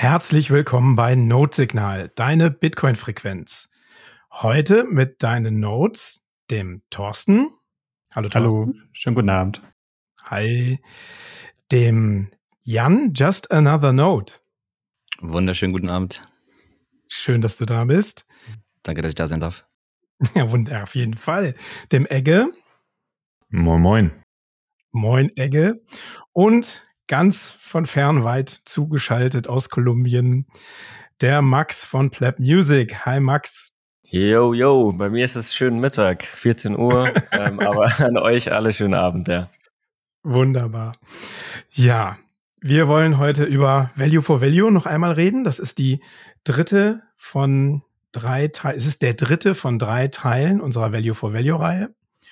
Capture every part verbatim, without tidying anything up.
Herzlich willkommen bei Notesignal, deine Bitcoin-Frequenz. Heute mit deinen Notes, dem Thorsten. Hallo Thorsten. Hallo, schönen guten Abend. Hi. Dem Jan, just another note. Wunderschönen guten Abend. Schön, dass du da bist. Danke, dass ich da sein darf. Ja, wunderbar, auf jeden Fall. Dem Egge. Moin, moin. Moin, Egge. Und ganz von fern weit zugeschaltet aus Kolumbien, der Max von Pleb Music. Hi, Max. Yo, yo, bei mir ist es schön Mittag, vierzehn Uhr, ähm, aber an euch alle schönen Abend, ja. Wunderbar. Ja, wir wollen heute über Value for Value noch einmal reden. Das ist die dritte von drei Teilen, es ist der dritte von drei Teilen unserer Value for Value-Reihe.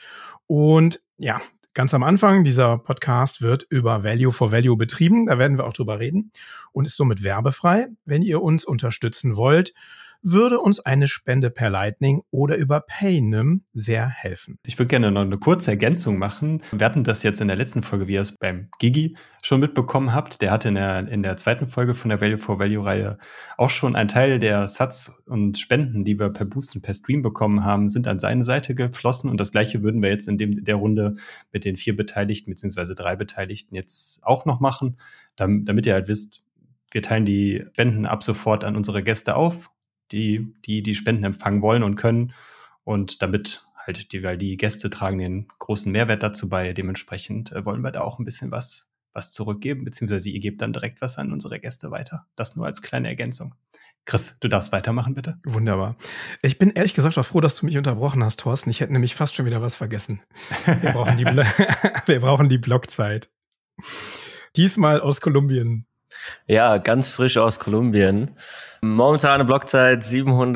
Und ja, ganz am Anfang, dieser Podcast wird über Value for Value betrieben. Da werden wir auch drüber reden und ist somit werbefrei. Wenn ihr uns unterstützen wollt, würde uns eine Spende per Lightning oder über Paynim sehr helfen. Ich würde gerne noch eine kurze Ergänzung machen. Wir hatten das jetzt in der letzten Folge, wie ihr es beim Gigi schon mitbekommen habt. Der hatte in der, in der zweiten Folge von der Value for Value-Reihe auch schon einen Teil der Sats und Spenden, die wir per Boost und per Stream bekommen haben, sind an seine Seite geflossen. Und das Gleiche würden wir jetzt in dem, der Runde mit den vier Beteiligten beziehungsweise drei Beteiligten jetzt auch noch machen, damit, damit ihr halt wisst, wir teilen die Spenden ab sofort an unsere Gäste auf, die, die die Spenden empfangen wollen und können. Und damit halt die, weil die Gäste tragen den großen Mehrwert dazu bei. Dementsprechend äh, wollen wir da auch ein bisschen was, was zurückgeben, beziehungsweise ihr gebt dann direkt was an unsere Gäste weiter. Das nur als kleine Ergänzung. Chris, du darfst weitermachen, bitte. Wunderbar. Ich bin ehrlich gesagt auch froh, dass du mich unterbrochen hast, Thorsten. Ich hätte nämlich fast schon wieder was vergessen. Wir brauchen die, Blo- wir brauchen die Blockzeit. Diesmal aus Kolumbien. Ja, ganz frisch aus Kolumbien. Momentane Blockzeit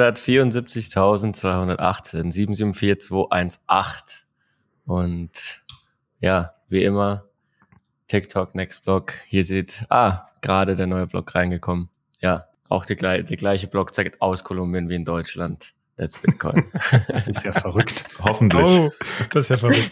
siebenhundertvierundsiebzigtausendzweihundertachtzehn, sieben sieben vier zwei eins acht. Und ja, wie immer, TikTok, Next Block. Hier seht, ah, gerade der neue Block reingekommen. Ja, auch die, die gleiche Blockzeit aus Kolumbien wie in Deutschland. That's Bitcoin. Das ist ja verrückt. Hoffentlich. Oh, das ist ja verrückt.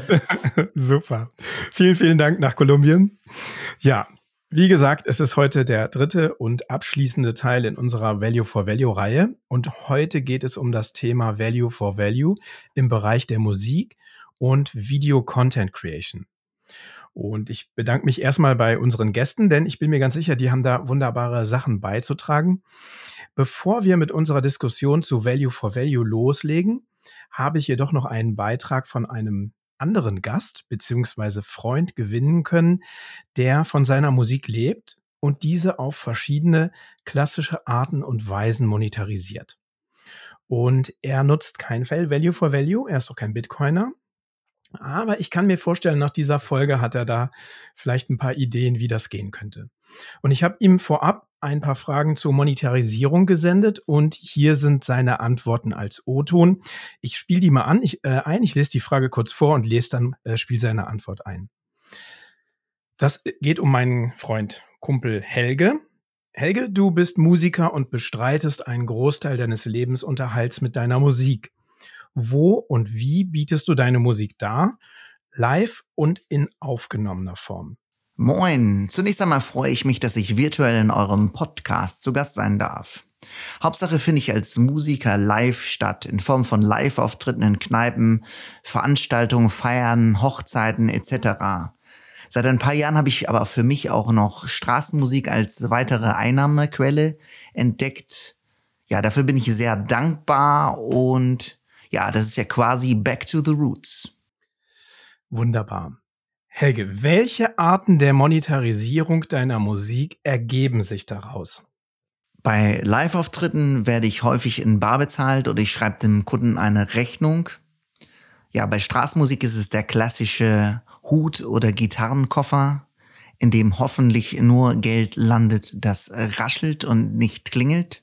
Super. Vielen, vielen Dank nach Kolumbien. Ja, wie gesagt, es ist heute der dritte und abschließende Teil in unserer Value for Value-Reihe. Und heute geht es um das Thema Value for Value im Bereich der Musik und Video Content Creation. Und ich bedanke mich erstmal bei unseren Gästen, denn ich bin mir ganz sicher, die haben da wunderbare Sachen beizutragen. Bevor wir mit unserer Diskussion zu Value for Value loslegen, habe ich jedoch noch einen Beitrag von einem anderen Gast bzw. Freund gewinnen können, der von seiner Musik lebt und diese auf verschiedene klassische Arten und Weisen monetarisiert. Und er nutzt kein Value for Value, er ist doch kein Bitcoiner. Aber ich kann mir vorstellen, nach dieser Folge hat er da vielleicht ein paar Ideen, wie das gehen könnte. Und ich habe ihm vorab ein paar Fragen zur Monetarisierung gesendet und hier sind seine Antworten als O-Ton. Ich spiele die mal an, ich, äh, ein, ich lese die Frage kurz vor und lese dann, äh, spiele seine Antwort ein. Das geht um meinen Freund, Kumpel Helge. Helge, du bist Musiker und bestreitest einen Großteil deines Lebensunterhalts mit deiner Musik. Wo und wie bietest du deine Musik dar? Live und in aufgenommener Form. Moin, zunächst einmal freue ich mich, dass ich virtuell in eurem Podcast zu Gast sein darf. Hauptsache finde ich als Musiker live statt, in Form von Live-Auftritten in Kneipen, Veranstaltungen, Feiern, Hochzeiten et cetera. Seit ein paar Jahren habe ich aber für mich auch noch Straßenmusik als weitere Einnahmequelle entdeckt. Ja, dafür bin ich sehr dankbar und ja, das ist ja quasi back to the roots. Wunderbar. Helge, welche Arten der Monetarisierung deiner Musik ergeben sich daraus? Bei Live-Auftritten werde ich häufig in bar bezahlt oder ich schreibe dem Kunden eine Rechnung. Ja, bei Straßenmusik ist es der klassische Hut- oder Gitarrenkoffer, in dem hoffentlich nur Geld landet, das raschelt und nicht klingelt.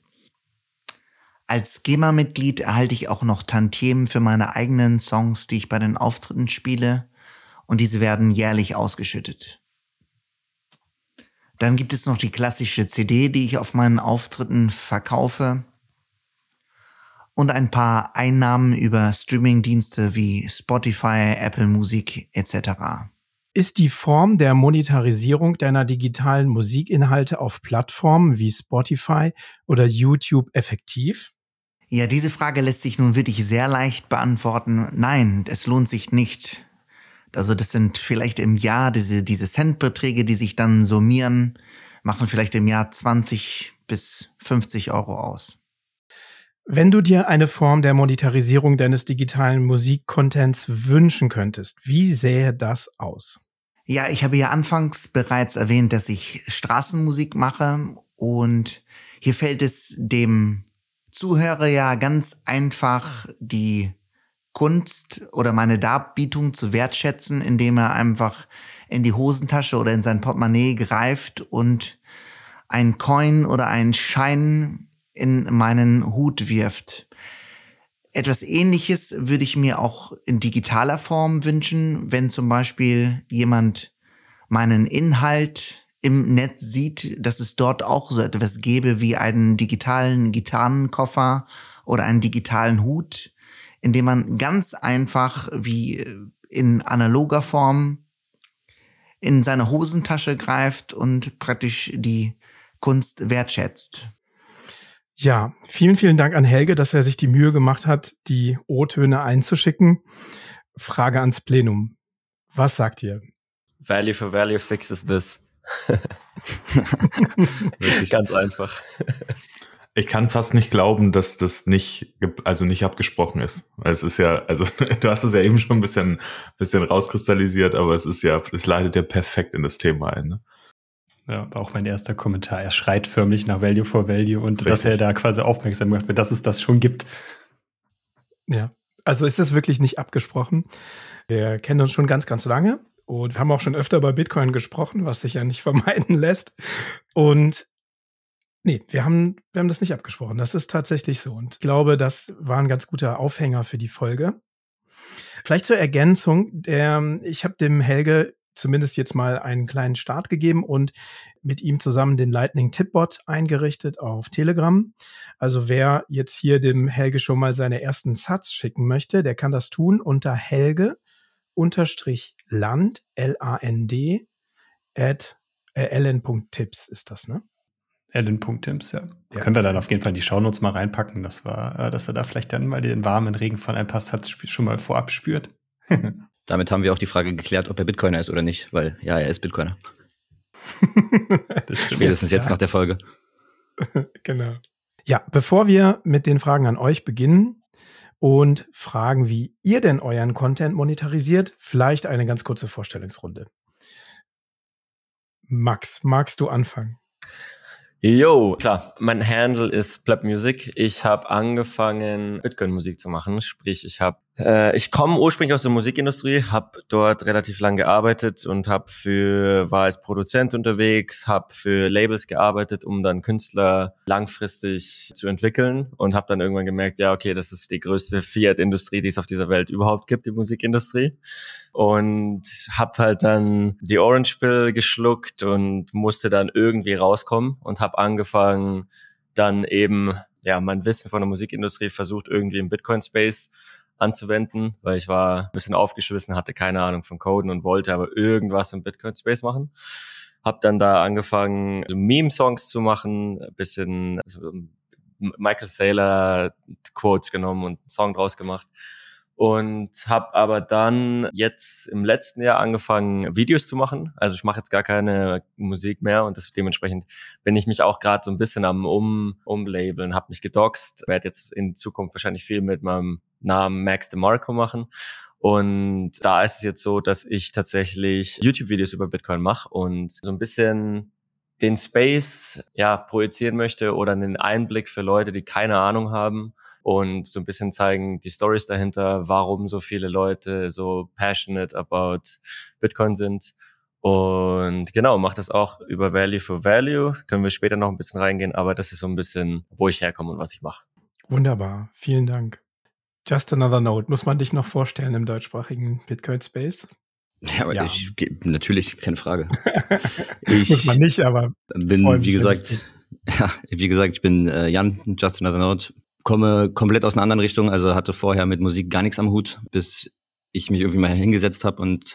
Als GEMA-Mitglied erhalte ich auch noch Tantiemen für meine eigenen Songs, die ich bei den Auftritten spiele, und diese werden jährlich ausgeschüttet. Dann gibt es noch die klassische C D, die ich auf meinen Auftritten verkaufe, und ein paar Einnahmen über Streamingdienste wie Spotify, Apple Music et cetera. Ist die Form der Monetarisierung deiner digitalen Musikinhalte auf Plattformen wie Spotify oder YouTube effektiv? Ja, diese Frage lässt sich nun wirklich sehr leicht beantworten. Nein, es lohnt sich nicht. Also das sind vielleicht im Jahr diese, diese Centbeträge, die sich dann summieren, machen vielleicht im Jahr zwanzig bis fünfzig Euro aus. Wenn du dir eine Form der Monetarisierung deines digitalen Musikcontents wünschen könntest, wie sähe das aus? Ja, ich habe ja anfangs bereits erwähnt, dass ich Straßenmusik mache und hier fällt es dem Zuhörer ja ganz einfach, die Kunst oder meine Darbietung zu wertschätzen, indem er einfach in die Hosentasche oder in sein Portemonnaie greift und ein Coin oder ein Schein in meinen Hut wirft. Etwas Ähnliches würde ich mir auch in digitaler Form wünschen, wenn zum Beispiel jemand meinen Inhalt im Netz sieht, dass es dort auch so etwas gäbe wie einen digitalen Gitarrenkoffer oder einen digitalen Hut, in dem man ganz einfach wie in analoger Form in seine Hosentasche greift und praktisch die Kunst wertschätzt. Ja, vielen, vielen Dank an Helge, dass er sich die Mühe gemacht hat, die O-Töne einzuschicken. Frage ans Plenum. Was sagt ihr? Value for Value fixes this. Wirklich ganz einfach. Ich kann fast nicht glauben, dass das nicht, also nicht abgesprochen ist. Es ist ja, also du hast es ja eben schon ein bisschen, bisschen rauskristallisiert, aber es ist ja, es leitet ja perfekt in das Thema ein. Ne? Ja, war auch mein erster Kommentar. Er schreit förmlich nach Value for Value und Richtig. dass er da quasi aufmerksam gemacht wird, dass es das schon gibt. Ja, also ist es wirklich nicht abgesprochen. Wir kennen uns schon ganz, ganz lange und haben auch schon öfter über Bitcoin gesprochen, was sich ja nicht vermeiden lässt. Und nee, wir haben, wir haben das nicht abgesprochen. Das ist tatsächlich so. Und ich glaube, das war ein ganz guter Aufhänger für die Folge. Vielleicht zur Ergänzung, der, ich habe dem Helge zumindest jetzt mal einen kleinen Start gegeben und mit ihm zusammen den Lightning Tipbot eingerichtet auf Telegram. Also wer jetzt hier dem Helge schon mal seine ersten Sats schicken möchte, der kann das tun unter Helge unterstrich Land, L A N D, at ln.tips ist das, ne? Ellen.tims, ja. Ja. Können wir dann auf jeden Fall in die Shownotes mal reinpacken, dass, wir, dass er da vielleicht dann mal den warmen Regenfall ein paar Sats schon mal vorab spürt. Damit haben wir auch die Frage geklärt, ob er Bitcoiner ist oder nicht, weil ja, er ist Bitcoiner. Das stimmt. Spätestens jetzt ja. nach der Folge. Genau. Ja, bevor wir mit den Fragen an euch beginnen und fragen, wie ihr denn euren Content monetarisiert, vielleicht eine ganz kurze Vorstellungsrunde. Max, magst du anfangen? Yo, klar. Mein Handle ist Pleb Music. Ich habe angefangen, Bitcoin-Musik zu machen. Sprich, ich habe, äh, ich komme ursprünglich aus der Musikindustrie, habe dort relativ lang gearbeitet und habe für, war als Produzent unterwegs, habe für Labels gearbeitet, um dann Künstler langfristig zu entwickeln und habe dann irgendwann gemerkt, ja, okay, das ist die größte Fiat-Industrie, die es auf dieser Welt überhaupt gibt, die Musikindustrie. Und hab halt dann die Orange Pill geschluckt und musste dann irgendwie rauskommen und hab angefangen, dann eben ja mein Wissen von der Musikindustrie versucht irgendwie im Bitcoin-Space anzuwenden, weil ich war ein bisschen aufgeschmissen, hatte keine Ahnung von Coden und wollte aber irgendwas im Bitcoin-Space machen. Hab dann da angefangen, so Meme-Songs zu machen, ein bisschen also Michael Saylor Quotes genommen und einen Song draus gemacht. Und habe aber dann jetzt im letzten Jahr angefangen, Videos zu machen. Also ich mache jetzt gar keine Musik mehr und das, dementsprechend bin ich mich auch gerade so ein bisschen am um, Umlabeln, habe mich gedoxt, werde jetzt in Zukunft wahrscheinlich viel mit meinem Namen Max DeMarco machen. Und da ist es jetzt so, dass ich tatsächlich YouTube-Videos über Bitcoin mache und so ein bisschen den Space ja projizieren möchte oder einen Einblick für Leute, die keine Ahnung haben und so ein bisschen zeigen die Stories dahinter, warum so viele Leute so passionate about Bitcoin sind. Und genau, mache das auch über Value for Value. Können wir später noch ein bisschen reingehen, aber das ist so ein bisschen, wo ich herkomme und was ich mache. Wunderbar, vielen Dank. Just another note. Muss man dich noch vorstellen im deutschsprachigen Bitcoin-Space? Ja, aber Ja. ich, natürlich, keine Frage. Ich Muss man nicht, aber bin, freue mich, wie wenn gesagt, du's tust. ja, wie gesagt, ich bin äh, Jan, Just Another Note, komme komplett aus einer anderen Richtung, also hatte vorher mit Musik gar nichts am Hut, bis ich mich irgendwie mal hingesetzt habe und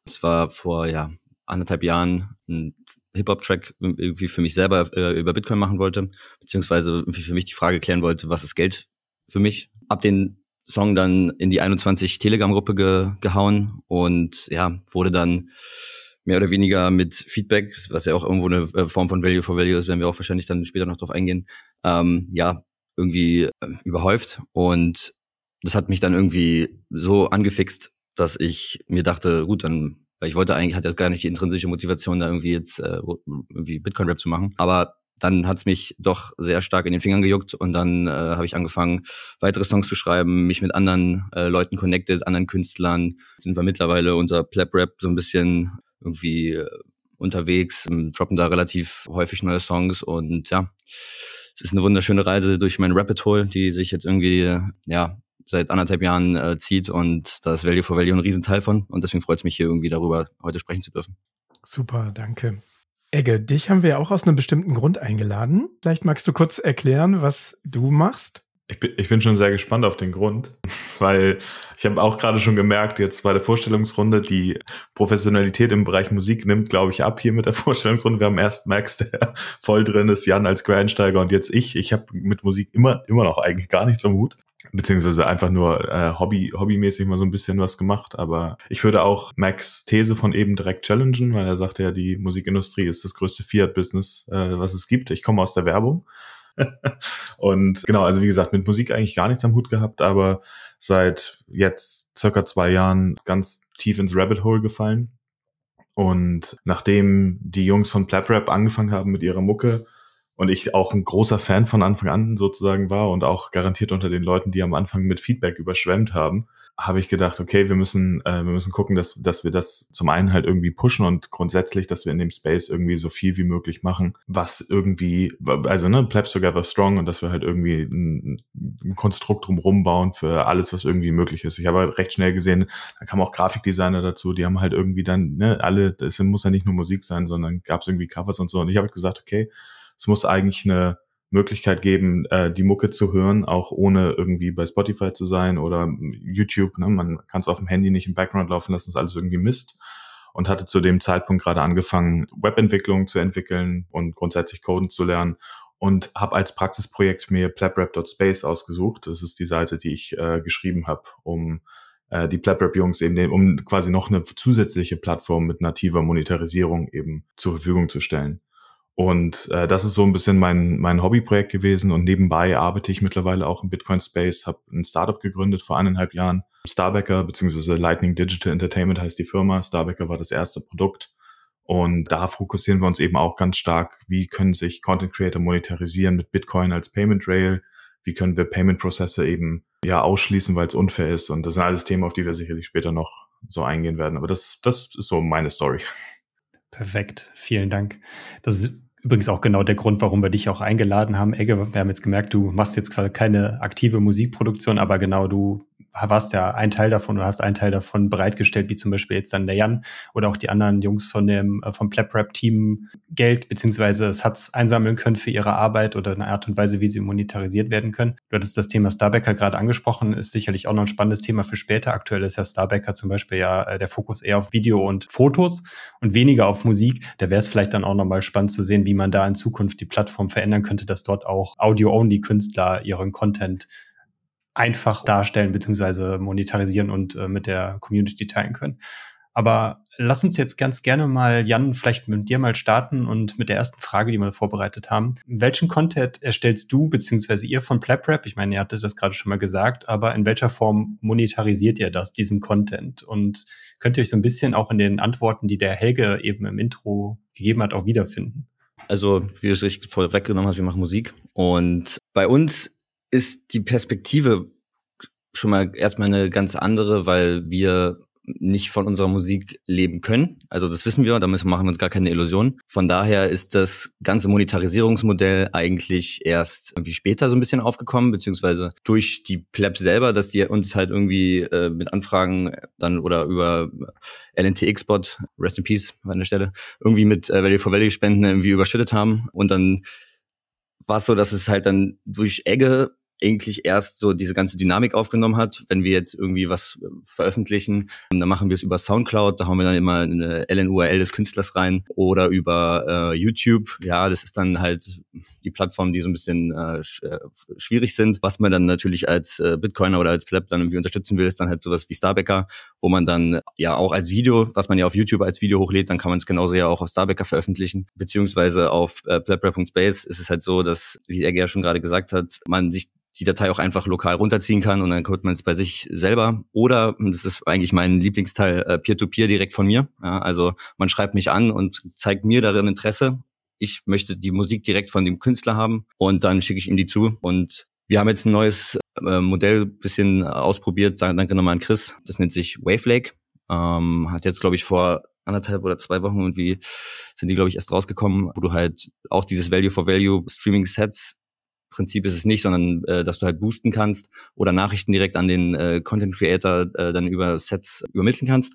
Es war vor ja anderthalb Jahren ein Hip-Hop-Track irgendwie für mich selber äh, über Bitcoin machen wollte, beziehungsweise irgendwie für mich die Frage klären wollte, was ist Geld für mich? Hab den Song dann in die einundzwanzig Telegram-Gruppe ge- gehauen und ja, wurde dann mehr oder weniger mit Feedback, was ja auch irgendwo eine Form von Value for Value ist, werden wir auch wahrscheinlich dann später noch drauf eingehen, ähm, ja, irgendwie äh, überhäuft. Und das hat mich dann irgendwie so angefixt, dass ich mir dachte, gut, dann weil ich wollte eigentlich, hatte jetzt gar nicht die intrinsische Motivation, da irgendwie jetzt äh, irgendwie Bitcoin-Rap zu machen. Aber dann hat's mich doch sehr stark in den Fingern gejuckt und dann äh, habe ich angefangen, weitere Songs zu schreiben, mich mit anderen äh, Leuten connected, anderen Künstlern. Sind wir mittlerweile unter Plap-Rap so ein bisschen irgendwie äh, unterwegs, droppen da relativ häufig neue Songs und ja, es ist eine wunderschöne Reise durch mein Rabbit Hole, die sich jetzt irgendwie, äh, ja, seit anderthalb Jahren äh, zieht und da ist Value for Value ein Riesenteil von und deswegen freut es mich hier irgendwie darüber heute sprechen zu dürfen. Super, danke. Egge, dich haben wir ja auch aus einem bestimmten Grund eingeladen. Vielleicht magst du kurz erklären, was du machst? Ich bin, ich bin schon sehr gespannt auf den Grund, weil ich habe auch gerade schon gemerkt, jetzt bei der Vorstellungsrunde, die Professionalität im Bereich Musik nimmt, glaube ich, ab hier mit der Vorstellungsrunde. Wir haben erst Max, der voll drin ist, Jan als Quereinsteiger und jetzt ich. Ich habe mit Musik immer immer noch eigentlich gar nichts am Hut. Beziehungsweise einfach nur äh, Hobby, hobbymäßig mal so ein bisschen was gemacht. Aber ich würde auch Max' These von eben direkt challengen, weil er sagte ja, die Musikindustrie ist das größte Fiat-Business, äh, was es gibt. Ich komme aus der Werbung. Und genau, also wie gesagt, mit Musik eigentlich gar nichts am Hut gehabt, aber seit jetzt circa zwei Jahren ganz tief ins Rabbit Hole gefallen. Und nachdem die Jungs von Plap-Rap angefangen haben mit ihrer Mucke, und ich auch ein großer Fan von Anfang an sozusagen war und auch garantiert unter den Leuten, die am Anfang mit Feedback überschwemmt haben, habe ich gedacht, okay, wir müssen äh, wir müssen gucken, dass dass wir das zum einen halt irgendwie pushen und grundsätzlich, dass wir in dem Space irgendwie so viel wie möglich machen, was irgendwie, also ne, Plebs Together Strong und dass wir halt irgendwie ein, ein Konstrukt drumherum bauen für alles, was irgendwie möglich ist. Ich habe halt recht schnell gesehen, da kamen auch Grafikdesigner dazu, die haben halt irgendwie dann, ne, alle, es muss ja nicht nur Musik sein, sondern gab es irgendwie Covers und so. Und ich habe gesagt, okay, es muss eigentlich eine Möglichkeit geben, äh, die Mucke zu hören, auch ohne irgendwie bei Spotify zu sein oder YouTube. Ne? Man kann es auf dem Handy nicht im Background laufen lassen, ist alles irgendwie Mist. Und hatte zu dem Zeitpunkt gerade angefangen, Webentwicklung zu entwickeln und grundsätzlich Coden zu lernen. Und habe als Praxisprojekt mir plaprap dot space ausgesucht. Das ist die Seite, die ich äh, geschrieben habe, um äh, die Plaprap-Jungs eben, um quasi noch eine zusätzliche Plattform mit nativer Monetarisierung eben zur Verfügung zu stellen. Und äh, das ist so ein bisschen mein mein Hobbyprojekt gewesen und nebenbei arbeite ich mittlerweile auch im Bitcoin-Space, habe ein Startup gegründet vor eineinhalb Jahren, Starbacker beziehungsweise Lightning Digital Entertainment heißt die Firma. Starbacker war das erste Produkt und da fokussieren wir uns eben auch ganz stark, wie können sich Content Creator monetarisieren mit Bitcoin als Payment Rail, wie können wir Payment-Prozesse eben ja ausschließen, weil es unfair ist und das sind alles Themen, auf die wir sicherlich später noch so eingehen werden, aber das das ist so meine Story. Perfekt, vielen Dank. Das ist übrigens auch genau der Grund, warum wir dich auch eingeladen haben. Egge, wir haben jetzt gemerkt, du machst jetzt quasi keine aktive Musikproduktion, aber genau, du warst ja ein Teil davon oder hast einen Teil davon bereitgestellt, wie zum Beispiel jetzt dann der Jan oder auch die anderen Jungs von dem vom Plap-Rap-Team Geld beziehungsweise Sats einsammeln können für ihre Arbeit oder eine Art und Weise, wie sie monetarisiert werden können. Du hattest das Thema Starbacker gerade angesprochen, ist sicherlich auch noch ein spannendes Thema für später. Aktuell ist ja Starbacker zum Beispiel ja der Fokus eher auf Video und Fotos und weniger auf Musik. Da wäre es vielleicht dann auch nochmal spannend zu sehen, wie man da in Zukunft die Plattform verändern könnte, dass dort auch Audio-Only-Künstler ihren Content einfach darstellen bzw. monetarisieren und äh, mit der Community teilen können. Aber lass uns jetzt ganz gerne mal, Jan, vielleicht mit dir mal starten und mit der ersten Frage, die wir vorbereitet haben. Welchen Content erstellst du bzw. ihr von Plap-Rap? Ich meine, ihr hattet das gerade schon mal gesagt, aber in welcher Form monetarisiert ihr das, diesen Content? Und könnt ihr euch so ein bisschen auch in den Antworten, die der Helge eben im Intro gegeben hat, auch wiederfinden? Also, wie du es richtig vorweggenommen hast, wir machen Musik und bei uns ist die Perspektive schon mal erstmal eine ganz andere, weil wir nicht von unserer Musik leben können. Also das wissen wir, da müssen, machen wir uns gar keine Illusionen. Von daher ist das ganze Monetarisierungsmodell eigentlich erst irgendwie später so ein bisschen aufgekommen, beziehungsweise durch die Plebs selber, dass die uns halt irgendwie äh, mit Anfragen dann oder über L N T X-Bot, Rest in Peace an der Stelle, irgendwie mit äh, Value for Value Spenden irgendwie überschüttet haben. Und dann war es so, dass es halt dann durch Egge eigentlich erst so diese ganze Dynamik aufgenommen hat. Wenn wir jetzt irgendwie was veröffentlichen, dann machen wir es über Soundcloud, da haben wir dann immer eine L N U R L des Künstlers rein oder über äh, YouTube. Ja, das ist dann halt die Plattform, die so ein bisschen äh, schwierig sind. Was man dann natürlich als äh, Bitcoiner oder als Pleb dann irgendwie unterstützen will, ist dann halt sowas wie Starbacker, wo man dann ja auch als Video, was man ja auf YouTube als Video hochlädt, dann kann man es genauso ja auch auf Starbacker veröffentlichen. Beziehungsweise auf äh, plebrap punkt space ist es halt so, dass, wie er ja schon gerade gesagt hat, man sich die Datei auch einfach lokal runterziehen kann und dann hört man es bei sich selber. Oder, und das ist eigentlich mein Lieblingsteil, äh, Peer-to-Peer direkt von mir. Ja, also man schreibt mich an und zeigt mir darin Interesse. Ich möchte die Musik direkt von dem Künstler haben und dann schicke ich ihm die zu. Und wir haben jetzt ein neues äh, Modell bisschen ausprobiert. Danke nochmal an Chris. Das nennt sich Wavelake. Ähm, hat jetzt, glaube ich, vor anderthalb oder zwei Wochen irgendwie sind die, glaube ich, erst rausgekommen, wo du halt auch dieses Value-for-Value-Streaming-Sets Prinzip ist es nicht, sondern äh, dass du halt boosten kannst oder Nachrichten direkt an den äh, Content Creator äh, dann über Sets übermitteln kannst.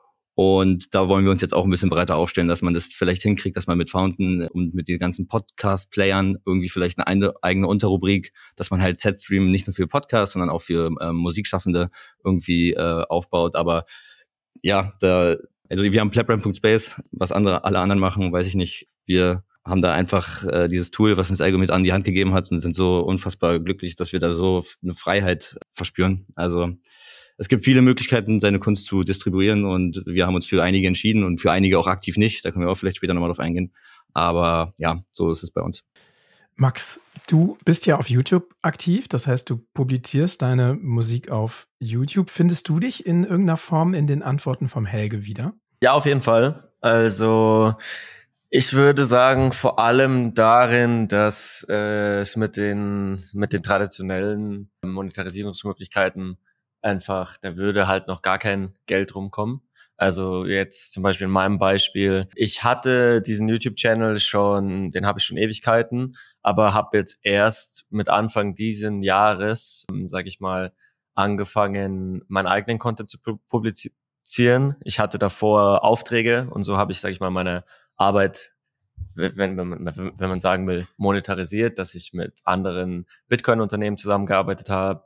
Und da wollen wir uns jetzt auch ein bisschen breiter aufstellen, dass man das vielleicht hinkriegt, dass man mit Fountain und mit den ganzen Podcast-Playern irgendwie vielleicht eine eigene Unterrubrik, dass man halt Sets streamen, nicht nur für Podcasts, sondern auch für ähm, Musikschaffende irgendwie äh, aufbaut. Aber ja, da, also wir haben plebrap punkt space, was andere alle anderen machen, weiß ich nicht. Wir haben da einfach äh, dieses Tool, was uns Algo mit an die Hand gegeben hat und sind so unfassbar glücklich, dass wir da so eine Freiheit verspüren. Also es gibt viele Möglichkeiten, seine Kunst zu distribuieren und wir haben uns für einige entschieden und für einige auch aktiv nicht. Da können wir auch vielleicht später nochmal drauf eingehen. Aber ja, so ist es bei uns. Max, du bist ja auf YouTube aktiv, das heißt, du publizierst deine Musik auf YouTube. Findest du dich in irgendeiner Form in den Antworten vom Helge wieder? Ja, auf jeden Fall. Also ich würde sagen, vor allem darin, dass äh, es mit den mit den traditionellen Monetarisierungsmöglichkeiten einfach, da würde halt noch gar kein Geld rumkommen. Also jetzt zum Beispiel in meinem Beispiel, ich hatte diesen YouTube-Channel schon, den habe ich schon Ewigkeiten, aber habe jetzt erst mit Anfang diesen Jahres, sage ich mal, angefangen, meinen eigenen Content zu publizieren. Ich hatte davor Aufträge und so habe ich, sage ich mal, meine Arbeit, wenn, wenn, man, wenn man sagen will, monetarisiert, dass ich mit anderen Bitcoin-Unternehmen zusammengearbeitet habe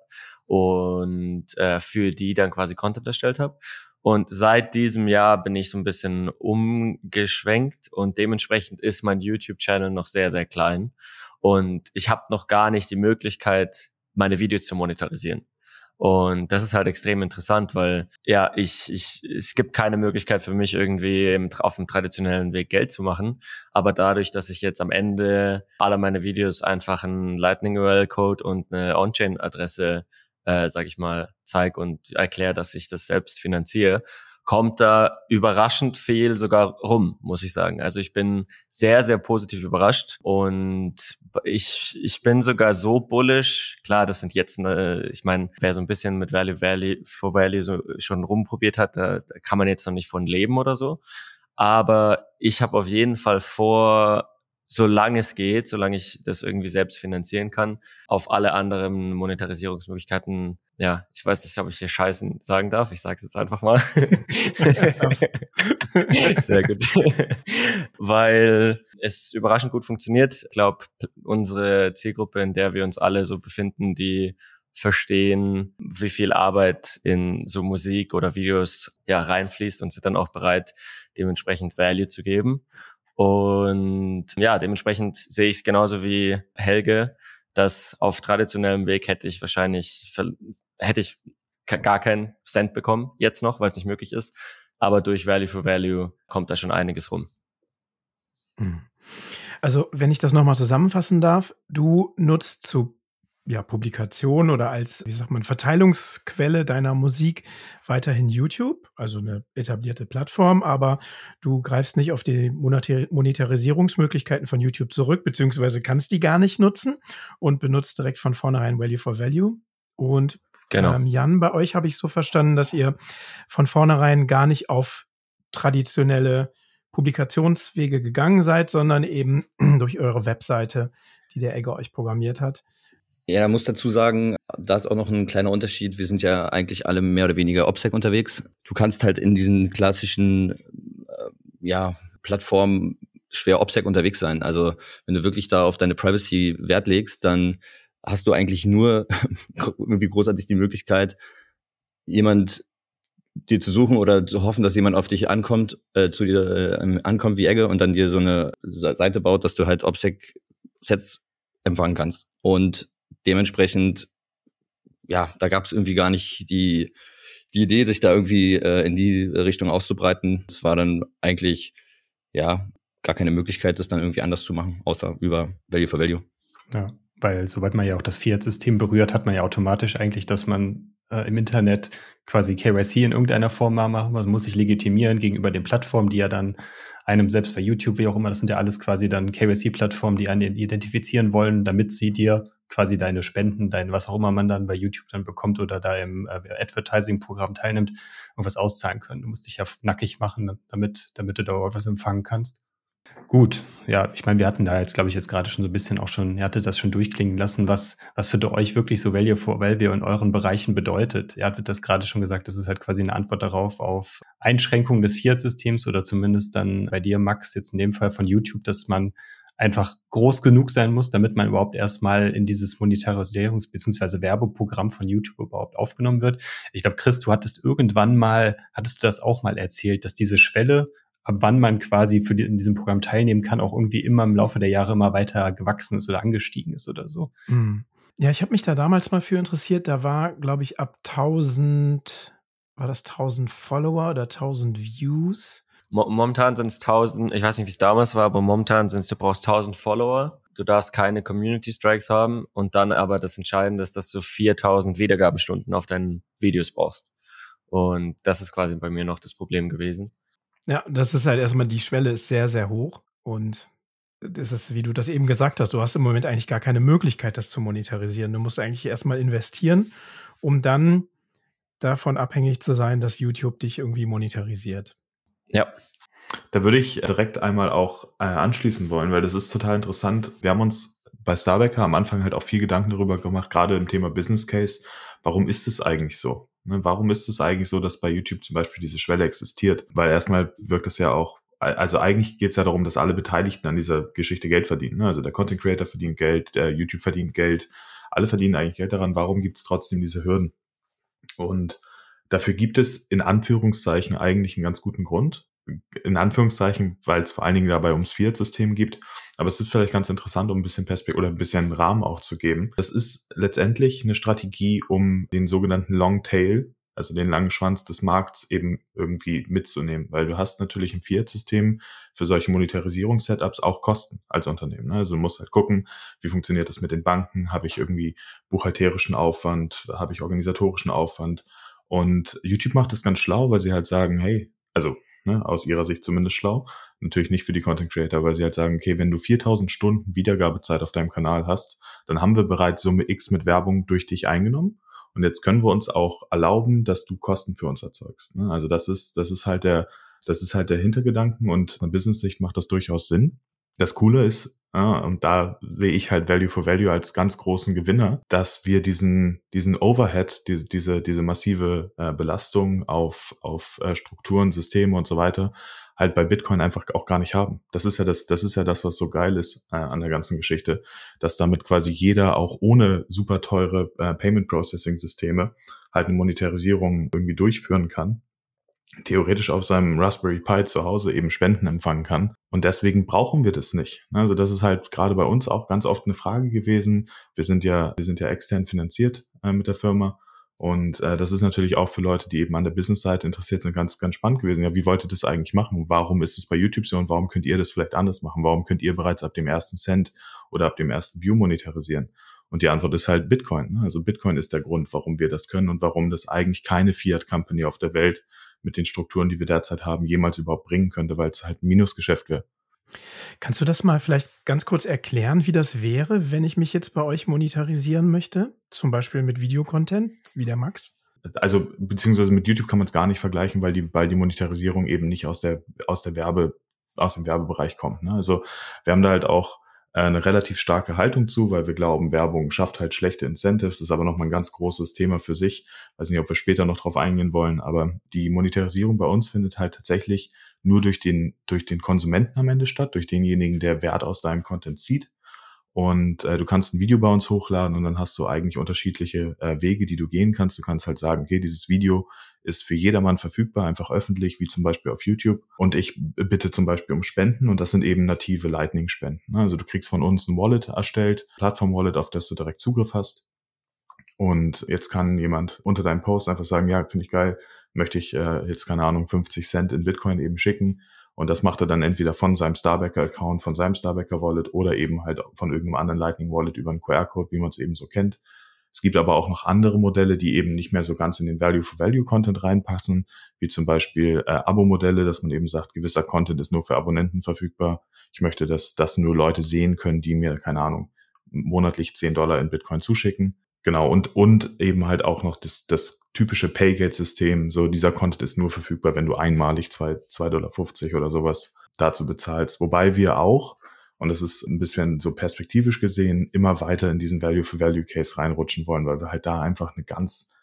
und äh, für die dann quasi Content erstellt habe. Und seit diesem Jahr bin ich so ein bisschen umgeschwenkt und dementsprechend ist mein YouTube-Channel noch sehr, sehr klein. Und ich habe noch gar nicht die Möglichkeit, meine Videos zu monetarisieren. Und das ist halt extrem interessant, weil ja, ich, ich, es gibt keine Möglichkeit für mich irgendwie im, auf dem traditionellen Weg Geld zu machen. Aber dadurch, dass ich jetzt am Ende aller meine Videos einfach einen Lightning-U R L-Code und eine On-Chain-Adresse, äh, sag ich mal, zeige und erkläre, dass ich das selbst finanziere, kommt da überraschend viel sogar rum, muss ich sagen. Also ich bin sehr, sehr positiv überrascht und ich ich bin sogar so bullish. Klar, das sind jetzt, äh, ich meine, wer so ein bisschen mit Value Value for Value so schon rumprobiert hat, da, da kann man jetzt noch nicht von leben oder so. Aber ich habe auf jeden Fall vor, solange es geht, solange ich das irgendwie selbst finanzieren kann, auf alle anderen Monetarisierungsmöglichkeiten, ja, ich weiß nicht, ob ich hier Scheißen sagen darf, ich sage es jetzt einfach mal. Sehr gut. Weil es überraschend gut funktioniert. Ich glaube, unsere Zielgruppe, in der wir uns alle so befinden, die verstehen, wie viel Arbeit in so Musik oder Videos ja reinfließt und sind dann auch bereit, dementsprechend Value zu geben. Und ja, dementsprechend sehe ich es genauso wie Helge, dass auf traditionellem Weg hätte ich wahrscheinlich, hätte ich gar keinen Cent bekommen, jetzt noch, weil es nicht möglich ist. Aber durch Value for Value kommt da schon einiges rum. Also, wenn ich das nochmal zusammenfassen darf, du nutzt zu ja, Publikation oder als, wie sagt man, Verteilungsquelle deiner Musik weiterhin YouTube, also eine etablierte Plattform, aber du greifst nicht auf die Monetarisierungsmöglichkeiten von YouTube zurück, beziehungsweise kannst die gar nicht nutzen und benutzt direkt von vornherein Value for Value. Und genau. ähm, Jan, bei euch habe ich so verstanden, dass ihr von vornherein gar nicht auf traditionelle Publikationswege gegangen seid, sondern eben durch eure Webseite, die der Egger euch programmiert hat. Ja, man muss dazu sagen, da ist auch noch ein kleiner Unterschied. Wir sind ja eigentlich alle mehr oder weniger OPSEC unterwegs. Du kannst halt in diesen klassischen äh, ja, Plattformen schwer OPSEC unterwegs sein. Also wenn du wirklich da auf deine Privacy Wert legst, dann hast du eigentlich nur irgendwie großartig die Möglichkeit, jemand dir zu suchen oder zu hoffen, dass jemand auf dich ankommt, äh, zu dir äh, ankommt wie Egge und dann dir so eine Seite baut, dass du halt OPSEC-Sets empfangen kannst. Und dementsprechend, ja, da gab es irgendwie gar nicht die die Idee, sich da irgendwie äh, in die Richtung auszubreiten. Es war dann eigentlich, ja, gar keine Möglichkeit, das dann irgendwie anders zu machen, außer über Value for Value. Ja, weil sobald man ja auch das Fiat-System berührt, hat man ja automatisch eigentlich, dass man äh, im Internet quasi K Y C in irgendeiner Form mal machen muss. Man muss sich legitimieren gegenüber den Plattformen, die ja dann einem selbst bei YouTube, wie auch immer, das sind ja alles quasi dann K Y C-Plattformen, die einen identifizieren wollen, damit sie dir quasi deine Spenden, dein was auch immer man dann bei YouTube dann bekommt oder da im äh, Advertising-Programm teilnimmt, irgendwas auszahlen können. Du musst dich ja nackig machen, damit, damit du da was empfangen kannst. Gut, ja, ich meine, wir hatten da jetzt, glaube ich, jetzt gerade schon so ein bisschen auch schon, ihr hattet das schon durchklingen lassen, was, was für euch wirklich so Value for Value in euren Bereichen bedeutet. Ihr hattet das gerade schon gesagt, das ist halt quasi eine Antwort darauf auf Einschränkungen des Fiat-Systems oder zumindest dann bei dir, Max, jetzt in dem Fall von YouTube, dass man einfach groß genug sein muss, damit man überhaupt erstmal in dieses Monetarisierungs- bzw. Werbeprogramm von YouTube überhaupt aufgenommen wird. Ich glaube, Chris, du hattest irgendwann mal, hattest du das auch mal erzählt, dass diese Schwelle, ab wann man quasi für die, in diesem Programm teilnehmen kann, auch irgendwie immer im Laufe der Jahre immer weiter gewachsen ist oder angestiegen ist oder so. Ja, ich habe mich da damals mal für interessiert. Da war, glaube ich, ab tausend, war das tausend Follower oder tausend Views? Mo- Momentan sind es tausend, ich weiß nicht, wie es damals war, aber momentan sind es, du brauchst tausend Follower, du darfst keine Community Strikes haben und dann aber das Entscheidende ist, dass du viertausend Wiedergabenstunden auf deinen Videos brauchst. Und das ist quasi bei mir noch das Problem gewesen. Ja, das ist halt erstmal, die Schwelle ist sehr, sehr hoch. Und das ist, wie du das eben gesagt hast, du hast im Moment eigentlich gar keine Möglichkeit, das zu monetarisieren. Du musst eigentlich erstmal investieren, um dann davon abhängig zu sein, dass YouTube dich irgendwie monetarisiert. Ja. Da würde ich direkt einmal auch äh, anschließen wollen, weil das ist total interessant. Wir haben uns bei Starbacker am Anfang halt auch viel Gedanken darüber gemacht, gerade im Thema Business Case. Warum ist es eigentlich so? Ne, warum ist es eigentlich so, dass bei YouTube zum Beispiel diese Schwelle existiert? Weil erstmal wirkt es ja auch, also eigentlich geht es ja darum, dass alle Beteiligten an dieser Geschichte Geld verdienen. Ne? Also der Content Creator verdient Geld, der YouTube verdient Geld, alle verdienen eigentlich Geld daran. Warum gibt es trotzdem diese Hürden? Und dafür gibt es in Anführungszeichen eigentlich einen ganz guten Grund. In Anführungszeichen, weil es vor allen Dingen dabei ums Fiat-System geht. Aber es ist vielleicht ganz interessant, um ein bisschen Perspektive oder ein bisschen Rahmen auch zu geben. Das ist letztendlich eine Strategie, um den sogenannten Long Tail, also den langen Schwanz des Markts eben irgendwie mitzunehmen. Weil du hast natürlich im Fiat-System für solche Monetarisierungs-Setups auch Kosten als Unternehmen. Also du musst halt gucken, wie funktioniert das mit den Banken? Habe ich irgendwie buchhalterischen Aufwand? Habe ich organisatorischen Aufwand? Und YouTube macht das ganz schlau, weil sie halt sagen, hey, also Ne, aus ihrer Sicht zumindest schlau. Natürlich nicht für die Content Creator, weil sie halt sagen, okay, wenn du viertausend Stunden Wiedergabezeit auf deinem Kanal hast, dann haben wir bereits Summe X mit Werbung durch dich eingenommen. Und jetzt können wir uns auch erlauben, dass du Kosten für uns erzeugst. Ne? Also das ist, das ist halt der, das ist halt der Hintergedanken und aus einer Business-Sicht macht das durchaus Sinn. Das Coole ist, ja, und da sehe ich halt Value for Value als ganz großen Gewinner, dass wir diesen diesen Overhead, diese diese diese massive äh, Belastung auf auf äh, Strukturen, Systeme und so weiter halt bei Bitcoin einfach auch gar nicht haben. Das ist ja das das ist ja das, was so geil ist äh, an der ganzen Geschichte, dass damit quasi jeder auch ohne super teure äh, Payment Processing Systeme halt eine Monetarisierung irgendwie durchführen kann. Theoretisch auf seinem Raspberry Pi zu Hause eben Spenden empfangen kann. Und deswegen brauchen wir das nicht. Also das ist halt gerade bei uns auch ganz oft eine Frage gewesen. Wir sind ja, wir sind ja extern finanziert äh, mit der Firma. Und äh, das ist natürlich auch für Leute, die eben an der Business-Seite interessiert sind, ganz, ganz spannend gewesen. Ja, wie wollt ihr das eigentlich machen? Warum ist es bei YouTube so und warum könnt ihr das vielleicht anders machen? Warum könnt ihr bereits ab dem ersten Cent oder ab dem ersten View monetarisieren? Und die Antwort ist halt Bitcoin. Also Bitcoin ist der Grund, warum wir das können und warum das eigentlich keine Fiat-Company auf der Welt mit den Strukturen, die wir derzeit haben, jemals überhaupt bringen könnte, weil es halt ein Minusgeschäft wäre. Kannst du das mal vielleicht ganz kurz erklären, wie das wäre, wenn ich mich jetzt bei euch monetarisieren möchte? Zum Beispiel mit Videocontent, wie der Max? Also beziehungsweise mit YouTube kann man es gar nicht vergleichen, weil die, weil die Monetarisierung eben nicht aus der aus der Werbe aus dem Werbebereich kommt. Ne? Also wir haben da halt auch eine relativ starke Haltung zu, weil wir glauben, Werbung schafft halt schlechte Incentives. Das ist aber nochmal ein ganz großes Thema für sich. Weiß nicht, ob wir später noch drauf eingehen wollen, aber die Monetarisierung bei uns findet halt tatsächlich nur durch den, durch den Konsumenten am Ende statt, durch denjenigen, der Wert aus deinem Content zieht. Und äh, du kannst ein Video bei uns hochladen und dann hast du eigentlich unterschiedliche äh, Wege, die du gehen kannst. Du kannst halt sagen, okay, dieses Video ist für jedermann verfügbar, einfach öffentlich, wie zum Beispiel auf YouTube. Und ich bitte zum Beispiel um Spenden und das sind eben native Lightning-Spenden. Also du kriegst von uns ein Wallet erstellt, Plattform-Wallet, auf das du direkt Zugriff hast. Und jetzt kann jemand unter deinem Post einfach sagen, ja, finde ich geil, möchte ich äh, jetzt, keine Ahnung, fünfzig Cent in Bitcoin eben schicken. Und das macht er dann entweder von seinem Starbacker-Account, von seinem Starbacker-Wallet oder eben halt von irgendeinem anderen Lightning-Wallet über einen Q R-Code, wie man es eben so kennt. Es gibt aber auch noch andere Modelle, die eben nicht mehr so ganz in den Value-for-Value-Content reinpassen, wie zum Beispiel äh, Abo-Modelle, dass man eben sagt, gewisser Content ist nur für Abonnenten verfügbar. Ich möchte, dass das nur Leute sehen können, die mir, keine Ahnung, monatlich zehn Dollar in Bitcoin zuschicken. Genau, und und eben halt auch noch das das typische Paygate-System. So, dieser Content ist nur verfügbar, wenn du einmalig zwei Dollar fünfzig oder sowas dazu bezahlst. Wobei wir auch, und das ist ein bisschen so perspektivisch gesehen, immer weiter in diesen Value-for-Value-Case reinrutschen wollen, weil wir halt da einfach eine ganz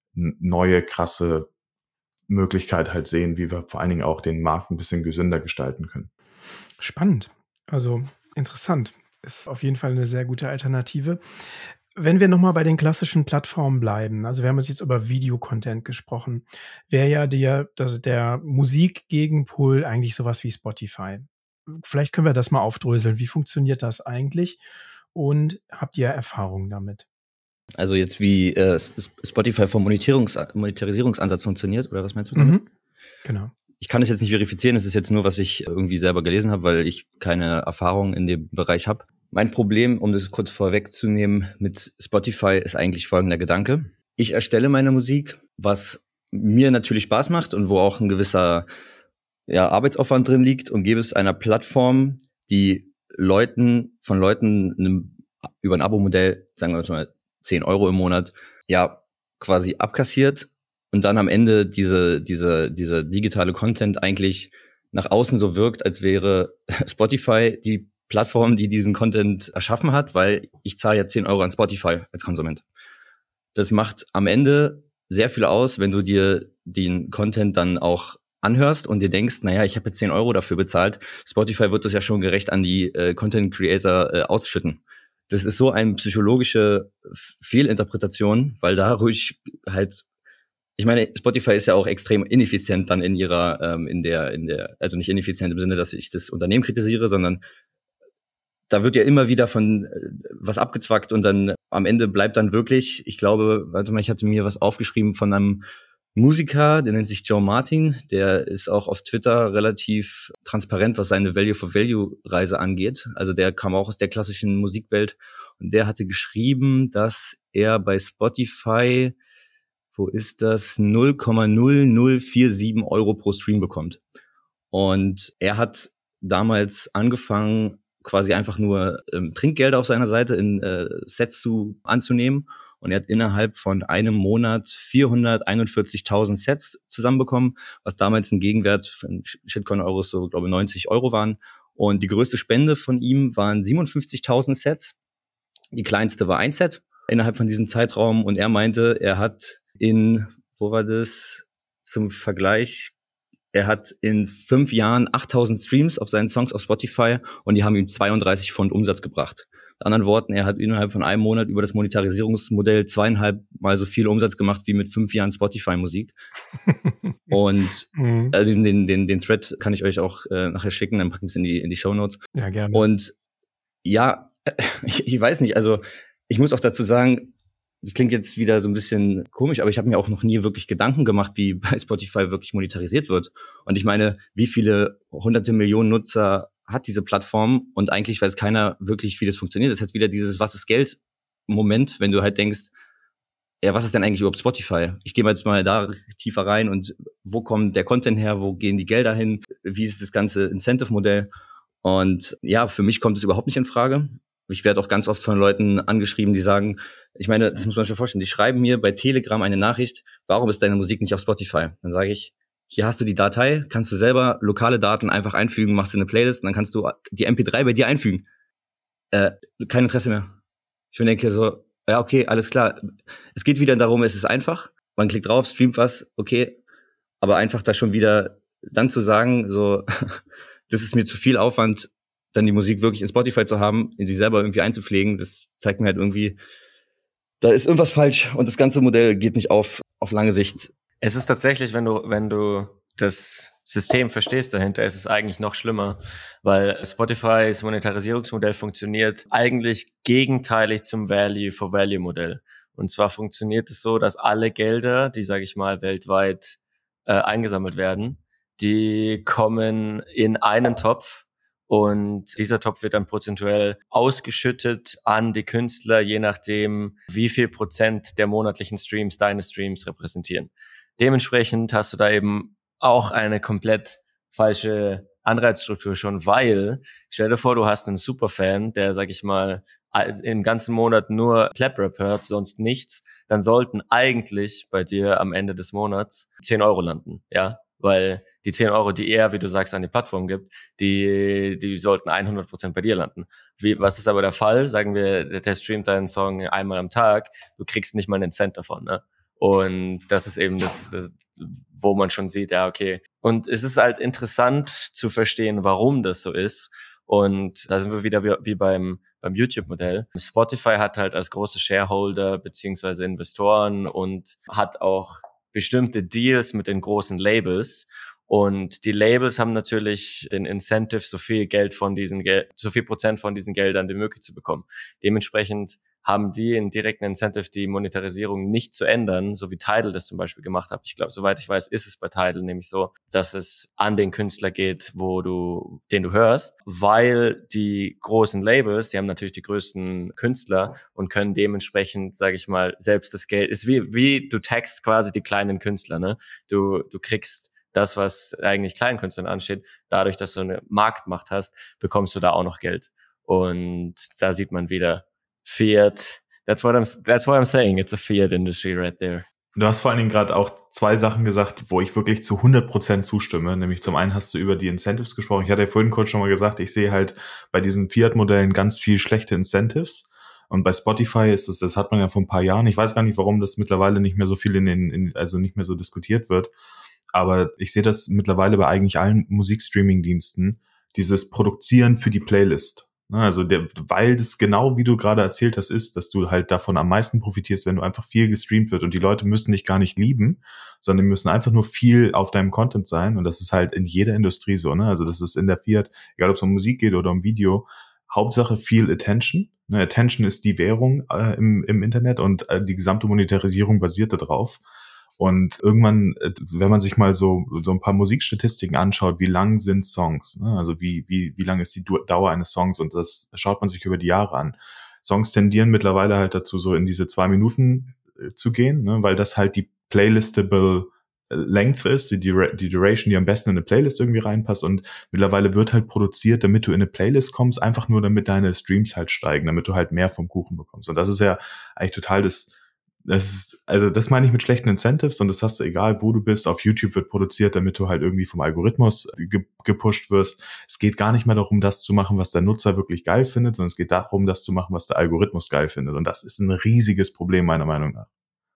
neue, krasse Möglichkeit halt sehen, wie wir vor allen Dingen auch den Markt ein bisschen gesünder gestalten können. Spannend. Also interessant. Ist auf jeden Fall eine sehr gute Alternative. Wenn wir nochmal bei den klassischen Plattformen bleiben, also wir haben uns jetzt über Videocontent gesprochen, wäre ja der, also der Musikgegenpol eigentlich sowas wie Spotify. Vielleicht können wir das mal aufdröseln. Wie funktioniert das eigentlich? Und habt ihr Erfahrungen damit? Also jetzt wie äh, Spotify vom Monetierungs- Monetarisierungsansatz funktioniert, oder was meinst du damit? Mhm. Genau. Ich kann es jetzt nicht verifizieren, es ist jetzt nur, was ich irgendwie selber gelesen habe, weil ich keine Erfahrung in dem Bereich habe. Mein Problem, um das kurz vorwegzunehmen, mit Spotify ist eigentlich folgender Gedanke. Ich erstelle meine Musik, was mir natürlich Spaß macht und wo auch ein gewisser ja, Arbeitsaufwand drin liegt, und gebe es einer Plattform, die Leuten, von Leuten einem, über ein Abo-Modell, sagen wir mal zehn Euro im Monat, ja, quasi abkassiert und dann am Ende diese, diese, diese digitale Content eigentlich nach außen so wirkt, als wäre Spotify die Plattform, die diesen Content erschaffen hat, weil ich zahle ja zehn Euro an Spotify als Konsument. Das macht am Ende sehr viel aus, wenn du dir den Content dann auch anhörst und dir denkst, naja, ich habe jetzt zehn Euro dafür bezahlt. Spotify wird das ja schon gerecht an die äh, Content Creator äh, ausschütten. Das ist so eine psychologische Fehlinterpretation, weil da ruhig halt, ich meine, Spotify ist ja auch extrem ineffizient dann in ihrer, ähm, in der, in der, also nicht ineffizient im Sinne, dass ich das Unternehmen kritisiere, sondern da wird ja immer wieder von äh, was abgezwackt und dann am Ende bleibt dann wirklich, ich glaube, warte mal, ich hatte mir was aufgeschrieben von einem Musiker, der nennt sich Joe Martin, der ist auch auf Twitter relativ transparent, was seine Value-for-Value-Reise angeht. Also der kam auch aus der klassischen Musikwelt und der hatte geschrieben, dass er bei Spotify, wo ist das, null Komma null null vier sieben Euro pro Stream bekommt. Und er hat damals angefangen, quasi einfach nur ähm, Trinkgelder auf seiner Seite in äh, Sets zu anzunehmen. Und er hat innerhalb von einem Monat vierhunderteinundvierzigtausend Sets zusammenbekommen, was damals ein Gegenwert von Shitcoin-Euros so, glaube ich, neunzig Euro waren. Und die größte Spende von ihm waren siebenundfünfzigtausend Sets. Die kleinste war ein Set innerhalb von diesem Zeitraum. Und er meinte, er hat in, wo war das, zum Vergleich, er hat in fünf Jahren achttausend Streams auf seinen Songs auf Spotify und die haben ihm zweiunddreißig Pfund Umsatz gebracht. Mit anderen Worten, er hat innerhalb von einem Monat über das Monetarisierungsmodell zweieinhalb Mal so viel Umsatz gemacht wie mit fünf Jahren Spotify-Musik. Und Mhm. also den, den, den Thread kann ich euch auch äh, nachher schicken, dann packen wir es in die, in die Shownotes. Ja, gerne. Und ja, ich, ich weiß nicht, also ich muss auch dazu sagen, das klingt jetzt wieder so ein bisschen komisch, aber ich habe mir auch noch nie wirklich Gedanken gemacht, wie bei Spotify wirklich monetarisiert wird. Und ich meine, wie viele hunderte Millionen Nutzer hat diese Plattform? Und eigentlich weiß keiner wirklich, wie das funktioniert. Das ist jetzt wieder dieses Was ist Geld-Moment, wenn du halt denkst, ja, was ist denn eigentlich überhaupt Spotify? Ich gehe mal jetzt mal da tiefer rein und wo kommt der Content her? Wo gehen die Gelder hin? Wie ist das ganze Incentive-Modell? Und ja, für mich kommt es überhaupt nicht in Frage. Ich werde auch ganz oft von Leuten angeschrieben, die sagen, ich meine, das muss man sich vorstellen, die schreiben mir bei Telegram eine Nachricht, warum ist deine Musik nicht auf Spotify? Dann sage ich, hier hast du die Datei, kannst du selber lokale Daten einfach einfügen, machst du eine Playlist und dann kannst du die M P drei bei dir einfügen. Äh, kein Interesse mehr. Ich denke so, ja okay, alles klar. Es geht wieder darum, es ist einfach, man klickt drauf, streamt was, okay, aber einfach da schon wieder dann zu sagen, so, das ist mir zu viel Aufwand, dann die Musik wirklich in Spotify zu haben, in sich selber irgendwie einzupflegen, das zeigt mir halt irgendwie, da ist irgendwas falsch und das ganze Modell geht nicht auf, auf lange Sicht. Es ist tatsächlich, wenn du, wenn du das System verstehst dahinter, ist es eigentlich noch schlimmer, weil Spotifys Monetarisierungsmodell funktioniert eigentlich gegenteilig zum Value-for-Value-Modell. Und zwar funktioniert es so, dass alle Gelder, die, sage ich mal, weltweit äh, eingesammelt werden, die kommen in einen Topf und dieser Topf wird dann prozentuell ausgeschüttet an die Künstler, je nachdem, wie viel Prozent der monatlichen Streams deine Streams repräsentieren. Dementsprechend hast du da eben auch eine komplett falsche Anreizstruktur schon, weil, stell dir vor, du hast einen Superfan, der, sag ich mal, im ganzen Monat nur Clap-Rap hört, sonst nichts, dann sollten eigentlich bei dir am Ende des Monats zehn Euro landen, ja, weil die zehn Euro, die er, wie du sagst, an die Plattform gibt, die die sollten hundert Prozent bei dir landen. Wie, was ist aber der Fall? Sagen wir, der streamt deinen Song einmal am Tag, du kriegst nicht mal einen Cent davon, ne? Und das ist eben das, das, wo man schon sieht, ja, okay. Und es ist halt interessant zu verstehen, warum das so ist. Und da sind wir wieder wie, wie beim beim YouTube-Modell. Spotify hat halt als große Shareholder beziehungsweise Investoren und hat auch bestimmte Deals mit den großen Labels. Und die Labels haben natürlich den Incentive, so viel Geld von diesen Gel- so viel Prozent von diesen Geldern wie möglich zu bekommen. Dementsprechend haben die einen direkten Incentive, die Monetarisierung nicht zu ändern, so wie Tidal das zum Beispiel gemacht hat. Ich glaube, soweit ich weiß, ist es bei Tidal nämlich so, dass es an den Künstler geht, wo du, den du hörst, weil die großen Labels, die haben natürlich die größten Künstler und können dementsprechend, sage ich mal, selbst das Geld, ist wie, wie du taxst quasi die kleinen Künstler, ne? Du, du kriegst das, was eigentlich kleinen Künstlern ansteht, dadurch, dass du eine Marktmacht hast, bekommst du da auch noch Geld. Und da sieht man wieder, Fiat. That's what I'm. That's what I'm saying. It's a fiat industry right there. Du hast vor allen Dingen gerade auch zwei Sachen gesagt, wo ich wirklich zu hundert Prozent zustimme. Nämlich zum einen hast du über die Incentives gesprochen. Ich hatte ja vorhin kurz schon mal gesagt, ich sehe halt bei diesen Fiat-Modellen ganz viel schlechte Incentives. Und bei Spotify ist es, das hat man ja vor ein paar Jahren. Ich weiß gar nicht, warum das mittlerweile nicht mehr so viel in den, in, also nicht mehr so diskutiert wird. Aber ich sehe das mittlerweile bei eigentlich allen Musikstreaming-Diensten. Dieses Produzieren für die Playlist. Also der, weil das genau, wie du gerade erzählt hast, ist, dass du halt davon am meisten profitierst, wenn du einfach viel gestreamt wird und die Leute müssen dich gar nicht lieben, sondern die müssen einfach nur viel auf deinem Content sein und das ist halt in jeder Industrie so, ne? Also das ist in der Fiat, egal ob es um Musik geht oder um Video, Hauptsache viel Attention. Ne? Attention ist die Währung äh, im, im Internet und äh, die gesamte Monetarisierung basiert darauf. Und irgendwann, wenn man sich mal so so ein paar Musikstatistiken anschaut, wie lang sind Songs, ne? Also wie wie wie lang ist die Dauer eines Songs und das schaut man sich über die Jahre an. Songs tendieren mittlerweile halt dazu, so in diese zwei Minuten zu gehen, ne? Weil das halt die playlistable Length ist, die, die Duration, die am besten in eine Playlist irgendwie reinpasst und mittlerweile wird halt produziert, damit du in eine Playlist kommst, einfach nur damit deine Streams halt steigen, damit du halt mehr vom Kuchen bekommst. Und das ist ja eigentlich total das Das ist, also das meine ich mit schlechten Incentives und das hast du egal, wo du bist. Auf YouTube wird produziert, damit du halt irgendwie vom Algorithmus ge- gepusht wirst. Es geht gar nicht mehr darum, das zu machen, was der Nutzer wirklich geil findet, sondern es geht darum, das zu machen, was der Algorithmus geil findet. Und das ist ein riesiges Problem, meiner Meinung nach.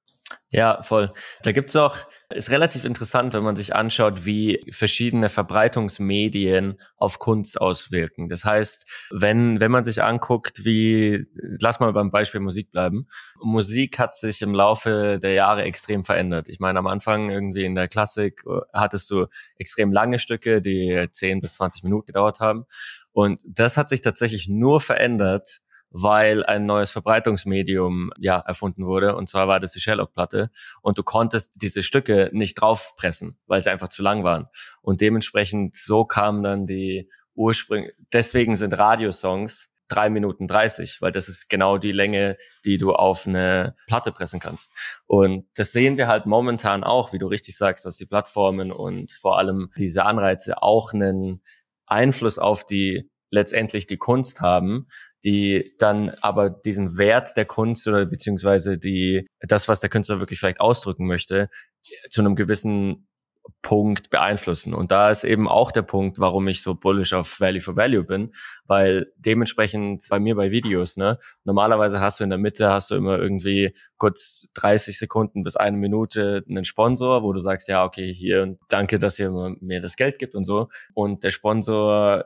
Ja, voll. Da gibt's auch, ist relativ interessant, wenn man sich anschaut, wie verschiedene Verbreitungsmedien auf Kunst auswirken. Das heißt, wenn, wenn man sich anguckt, wie, lass mal beim Beispiel Musik bleiben. Musik hat sich im Laufe der Jahre extrem verändert. Ich meine, am Anfang irgendwie in der Klassik hattest du extrem lange Stücke, die zehn bis zwanzig Minuten gedauert haben. Und das hat sich tatsächlich nur verändert, weil ein neues Verbreitungsmedium ja erfunden wurde, und zwar war das die Sherlock-Platte, und du konntest diese Stücke nicht draufpressen, weil sie einfach zu lang waren. Und dementsprechend so kamen dann die Ursprünge, deswegen sind Radiosongs drei Minuten dreißig, weil das ist genau die Länge, die du auf eine Platte pressen kannst. Und das sehen wir halt momentan auch, wie du richtig sagst, dass die Plattformen und vor allem diese Anreize auch einen Einfluss auf die letztendlich die Kunst haben, die dann aber diesen Wert der Kunst oder beziehungsweise die das, was der Künstler wirklich vielleicht ausdrücken möchte, zu einem gewissen Punkt beeinflussen. Und da ist eben auch der Punkt, warum ich so bullish auf Value for Value bin, weil dementsprechend bei mir bei Videos, ne, normalerweise hast du in der Mitte, hast du immer irgendwie kurz dreißig Sekunden bis eine Minute einen Sponsor, wo du sagst, ja, okay, hier, danke, dass ihr mir das Geld gibt und so. Und der Sponsor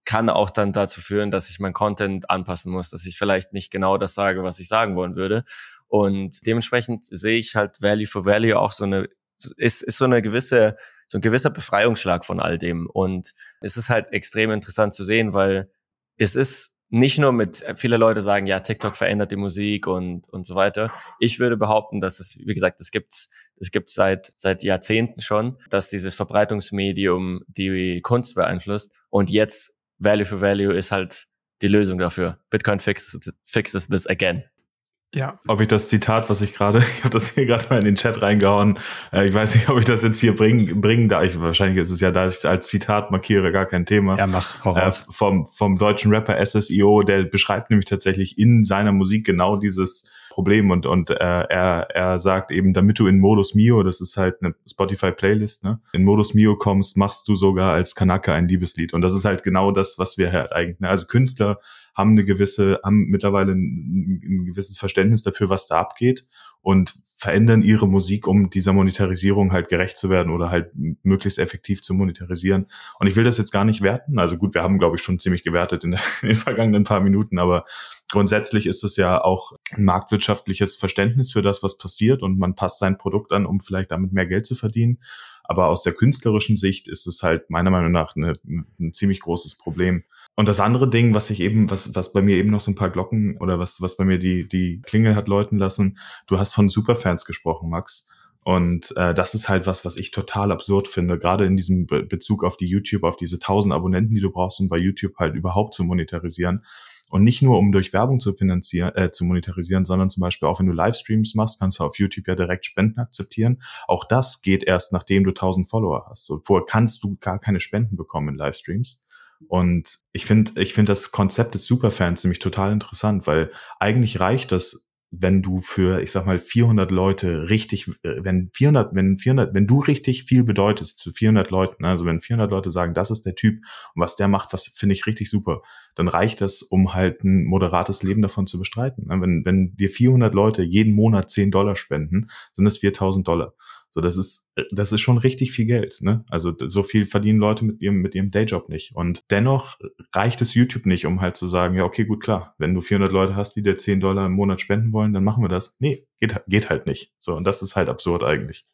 kann auch dann dazu führen, dass ich mein Content anpassen muss, dass ich vielleicht nicht genau das sage, was ich sagen wollen würde. Und dementsprechend sehe ich halt Value for Value auch so eine, ist, ist so eine gewisse, so ein gewisser Befreiungsschlag von all dem. Und es ist halt extrem interessant zu sehen, weil es ist nicht nur mit, viele Leute sagen, ja, TikTok verändert die Musik und, und so weiter. Ich würde behaupten, dass es, wie gesagt, das gibt's, das gibt's seit, seit Jahrzehnten schon, dass dieses Verbreitungsmedium die Kunst beeinflusst. Und jetzt Value for Value ist halt die Lösung dafür. Bitcoin fixes, fixes this again. Ja. Ob ich das Zitat, was ich gerade, ich habe das hier gerade mal in den Chat reingehauen, äh, ich weiß nicht, ob ich das jetzt hier bringen, bringen da ich, wahrscheinlich ist es ja, da ich als Zitat markiere, gar kein Thema. Ja, mach, hau raus. Äh, vom, vom deutschen Rapper S S I O, der beschreibt nämlich tatsächlich in seiner Musik genau dieses Problem und, und äh, er, er sagt eben, damit du in Modus Mio, das ist halt eine Spotify-Playlist, ne, in Modus Mio kommst, machst du sogar als Kanake ein Liebeslied. Und das ist halt genau das, was wir halt eigentlich, ne, also Künstler haben eine gewisse, haben mittlerweile ein, ein gewisses Verständnis dafür, was da abgeht und verändern ihre Musik, um dieser Monetarisierung halt gerecht zu werden oder halt möglichst effektiv zu monetarisieren. Und ich will das jetzt gar nicht werten. Also gut, wir haben, glaube ich, schon ziemlich gewertet in, der, in den vergangenen paar Minuten, aber grundsätzlich ist es ja auch ein marktwirtschaftliches Verständnis für das, was passiert und man passt sein Produkt an, um vielleicht damit mehr Geld zu verdienen. Aber aus der künstlerischen Sicht ist es halt meiner Meinung nach eine, ein ziemlich großes Problem. Und das andere Ding, was ich eben, was, was bei mir eben noch so ein paar Glocken oder was, was bei mir die, die Klingel hat läuten lassen, du hast von Superfans gesprochen, Max. Und äh, das ist halt was, was ich total absurd finde, gerade in diesem Be- Bezug auf die YouTube, auf diese tausend Abonnenten, die du brauchst, um bei YouTube halt überhaupt zu monetarisieren. Und nicht nur, um durch Werbung zu finanzieren, äh, zu monetarisieren, sondern zum Beispiel auch, wenn du Livestreams machst, kannst du auf YouTube ja direkt Spenden akzeptieren. Auch das geht erst, nachdem du tausend Follower hast. So, vorher kannst du gar keine Spenden bekommen in Livestreams. Und ich finde, ich finde das Konzept des Superfans nämlich total interessant, weil eigentlich reicht das, wenn du für, ich sag mal, vierhundert Leute richtig, wenn vierhundert, wenn vierhundert, wenn du richtig viel bedeutest zu vierhundert Leuten, also wenn vierhundert Leute sagen, das ist der Typ und was der macht, was finde ich richtig super, dann reicht das, um halt ein moderates Leben davon zu bestreiten. Wenn, wenn dir vierhundert Leute jeden Monat zehn Dollar spenden, sind das viertausend Dollar. So, das ist, das ist schon richtig viel Geld, ne? Also, so viel verdienen Leute mit ihrem, mit ihrem Dayjob nicht. Und dennoch reicht es YouTube nicht, um halt zu sagen, ja, okay, gut, klar, wenn du vierhundert Leute hast, die dir zehn Dollar im Monat spenden wollen, dann machen wir das. Nee, geht, geht halt nicht. So, und das ist halt absurd eigentlich.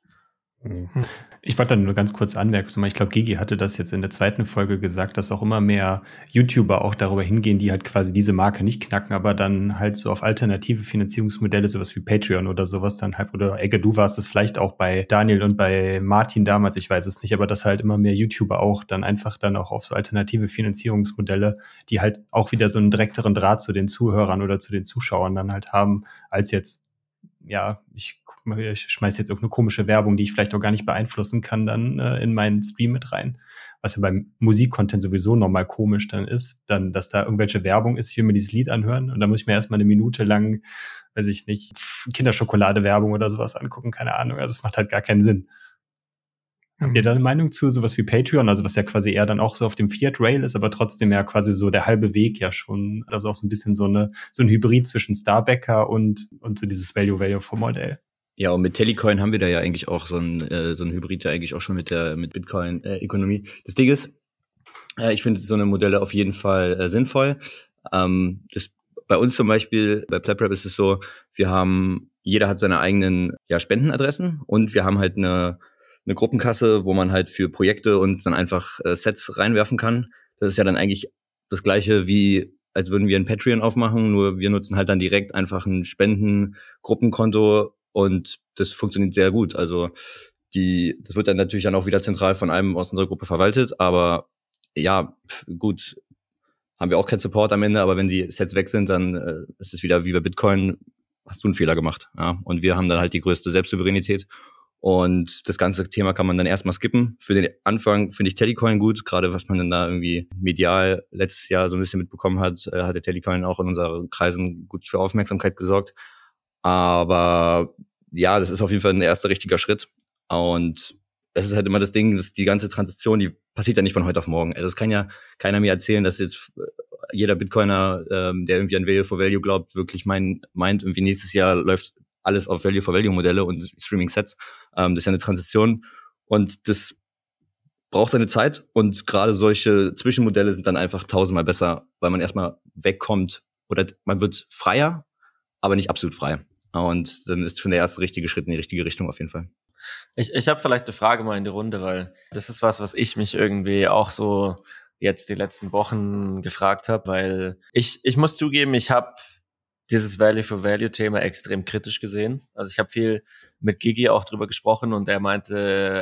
Ich wollte dann nur ganz kurz anmerken, ich glaube, Gigi hatte das jetzt in der zweiten Folge gesagt, dass auch immer mehr YouTuber auch darüber hingehen, die halt quasi diese Marke nicht knacken, aber dann halt so auf alternative Finanzierungsmodelle, sowas wie Patreon oder sowas dann halt, oder Egge, du warst es vielleicht auch bei Daniel und bei Martin damals, ich weiß es nicht, aber dass halt immer mehr YouTuber auch dann einfach dann auch auf so alternative Finanzierungsmodelle, die halt auch wieder so einen direkteren Draht zu den Zuhörern oder zu den Zuschauern dann halt haben, als jetzt, ja, ich ich schmeiß jetzt irgendeine komische Werbung, die ich vielleicht auch gar nicht beeinflussen kann, dann äh, in meinen Stream mit rein. Was ja beim Musikcontent sowieso nochmal komisch dann ist, dann, dass da irgendwelche Werbung ist, ich will mir dieses Lied anhören und dann muss ich mir erstmal eine Minute lang, weiß ich nicht, Kinderschokolade-Werbung oder sowas angucken, keine Ahnung. Also es macht halt gar keinen Sinn. Habt ihr da eine Meinung zu sowas wie Patreon, also was ja quasi eher dann auch so auf dem Fiat-Rail ist, aber trotzdem ja quasi so der halbe Weg ja schon, also auch so ein bisschen so eine so ein Hybrid zwischen Starbacker und und so dieses Value-Value-Modell? Ja, und mit Telecoin haben wir da ja eigentlich auch so ein äh, so ein Hybrid ja eigentlich auch schon mit der mit Bitcoin-Ökonomie. Äh, das Ding ist, äh, ich finde so eine Modelle auf jeden Fall äh, sinnvoll. Ähm, das bei uns zum Beispiel, bei PlebRap ist es so, wir haben, jeder hat seine eigenen ja, Spendenadressen und wir haben halt eine eine Gruppenkasse, wo man halt für Projekte uns dann einfach äh, Sets reinwerfen kann. Das ist ja dann eigentlich das Gleiche wie, als würden wir ein Patreon aufmachen, nur wir nutzen halt dann direkt einfach ein Spenden-Gruppenkonto und das funktioniert sehr gut. Also die, das wird dann natürlich dann auch wieder zentral von einem aus unserer Gruppe verwaltet, aber ja, gut, haben wir auch keinen Support am Ende, aber wenn die Sets weg sind, dann äh, ist es wieder wie bei Bitcoin, hast du einen Fehler gemacht. Ja? Und wir haben dann halt die größte Selbstsouveränität. Und das ganze Thema kann man dann erstmal skippen. Für den Anfang finde ich Telecoin gut, gerade was man dann da irgendwie medial letztes Jahr so ein bisschen mitbekommen hat, äh, hat der Telecoin auch in unseren Kreisen gut für Aufmerksamkeit gesorgt. Aber ja, das ist auf jeden Fall ein erster richtiger Schritt. Und es ist halt immer das Ding, dass die ganze Transition, die passiert ja nicht von heute auf morgen. Also es kann ja keiner mir erzählen, dass jetzt jeder Bitcoiner, ähm, der irgendwie an Value for Value glaubt, wirklich mein, meint, irgendwie nächstes Jahr läuft alles auf Value-for-Value-Modelle und Streaming-Sets. Ähm, das ist ja eine Transition. Und das braucht seine Zeit und gerade solche Zwischenmodelle sind dann einfach tausendmal besser, weil man erstmal wegkommt oder man wird freier, aber nicht absolut frei. Und dann ist schon der erste richtige Schritt in die richtige Richtung auf jeden Fall. Ich, ich habe vielleicht eine Frage mal in die Runde, weil das ist was, was ich mich irgendwie auch so jetzt die letzten Wochen gefragt habe, weil ich, ich muss zugeben, ich habe dieses Value-for-Value-Thema extrem kritisch gesehen. Also ich habe viel mit Gigi auch drüber gesprochen und er meinte,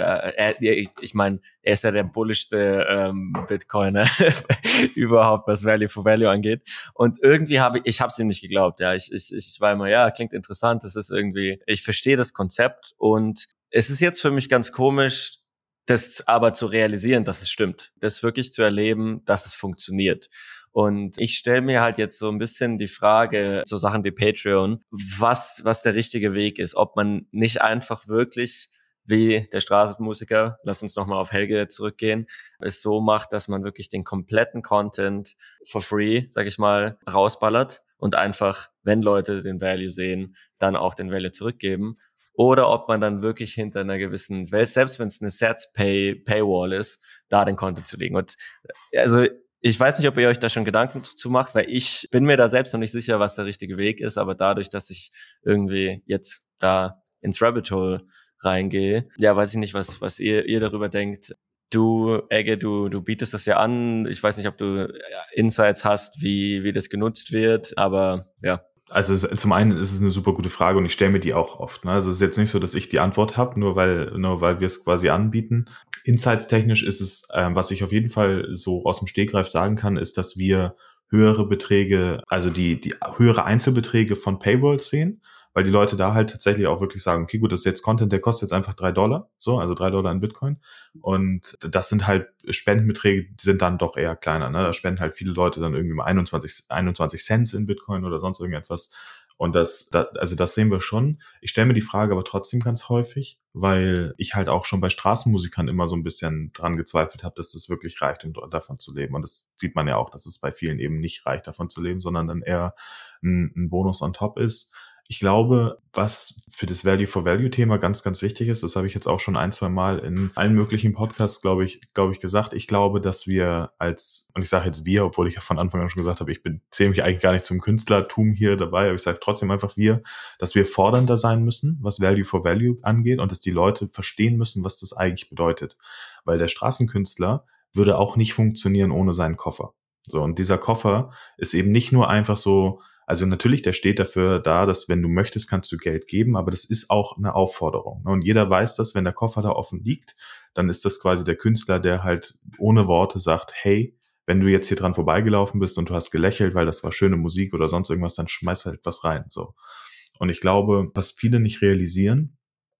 äh, er, ich meine, er ist ja der bullischste ähm, Bitcoiner überhaupt, was Value-for-Value angeht. Und irgendwie habe ich, ich habe es ihm nicht geglaubt. Ja, ich, ich, ich war immer, ja, klingt interessant. Das ist irgendwie, ich verstehe das Konzept und es ist jetzt für mich ganz komisch, das aber zu realisieren, dass es stimmt, das wirklich zu erleben, dass es funktioniert. Und ich stelle mir halt jetzt so ein bisschen die Frage, so Sachen wie Patreon, was was der richtige Weg ist, ob man nicht einfach wirklich wie der Straßenmusiker, lass uns nochmal auf Helge zurückgehen, es so macht, dass man wirklich den kompletten Content for free, sag ich mal, rausballert und einfach, wenn Leute den Value sehen, dann auch den Value zurückgeben. Oder ob man dann wirklich hinter einer gewissen Welt, selbst wenn es eine Sets-Pay-Paywall ist, da den Content zu legen. Und also ich weiß nicht, ob ihr euch da schon Gedanken zu macht, weil ich bin mir da selbst noch nicht sicher, was der richtige Weg ist, aber dadurch, dass ich irgendwie jetzt da ins Rabbit Hole reingehe, ja, weiß ich nicht, was was ihr ihr darüber denkt. Du, Egge, du du bietest das ja an. Ich weiß nicht, ob du Insights hast, wie wie das genutzt wird, aber ja. Also es, zum einen ist es eine super gute Frage und ich stelle mir die auch oft. Ne? Also es ist jetzt nicht so, dass ich die Antwort habe, nur weil nur weil wir es quasi anbieten. Insights-technisch ist es, ähm, was ich auf jeden Fall so aus dem Stegreif sagen kann, ist, dass wir höhere Beträge, also die die höhere Einzelbeträge von Paywalls sehen, weil die Leute da halt tatsächlich auch wirklich sagen, okay, gut, das ist jetzt Content, der kostet jetzt einfach drei Dollar, so, also drei Dollar in Bitcoin. Und das sind halt Spendenbeträge, die sind dann doch eher kleiner, ne? Da spenden halt viele Leute dann irgendwie mal einundzwanzig Cent in Bitcoin oder sonst irgendetwas. Und das, das, also das sehen wir schon. Ich stelle mir die Frage aber trotzdem ganz häufig, weil ich halt auch schon bei Straßenmusikern immer so ein bisschen dran gezweifelt habe, dass das wirklich reicht, um davon zu leben. Und das sieht man ja auch, dass es bei vielen eben nicht reicht, davon zu leben, sondern dann eher ein, ein Bonus on top ist. Ich glaube, was für das Value-for-Value-Thema ganz, ganz wichtig ist, das habe ich jetzt auch schon ein, zwei Mal in allen möglichen Podcasts, glaube ich, glaube ich, gesagt. Ich glaube, dass wir als, und ich sage jetzt wir, obwohl ich ja von Anfang an schon gesagt habe, ich bin, zähle mich eigentlich gar nicht zum Künstlertum hier dabei, aber ich sage trotzdem einfach wir, dass wir fordernder sein müssen, was Value-for-Value angeht und dass die Leute verstehen müssen, was das eigentlich bedeutet. Weil der Straßenkünstler würde auch nicht funktionieren ohne seinen Koffer. So, und dieser Koffer ist eben nicht nur einfach so, also natürlich, der steht dafür da, dass wenn du möchtest, kannst du Geld geben, aber das ist auch eine Aufforderung. Und jeder weiß das, wenn der Koffer da offen liegt, dann ist das quasi der Künstler, der halt ohne Worte sagt, hey, wenn du jetzt hier dran vorbeigelaufen bist und du hast gelächelt, weil das war schöne Musik oder sonst irgendwas, dann schmeiß halt was rein. So. Und ich glaube, was viele nicht realisieren,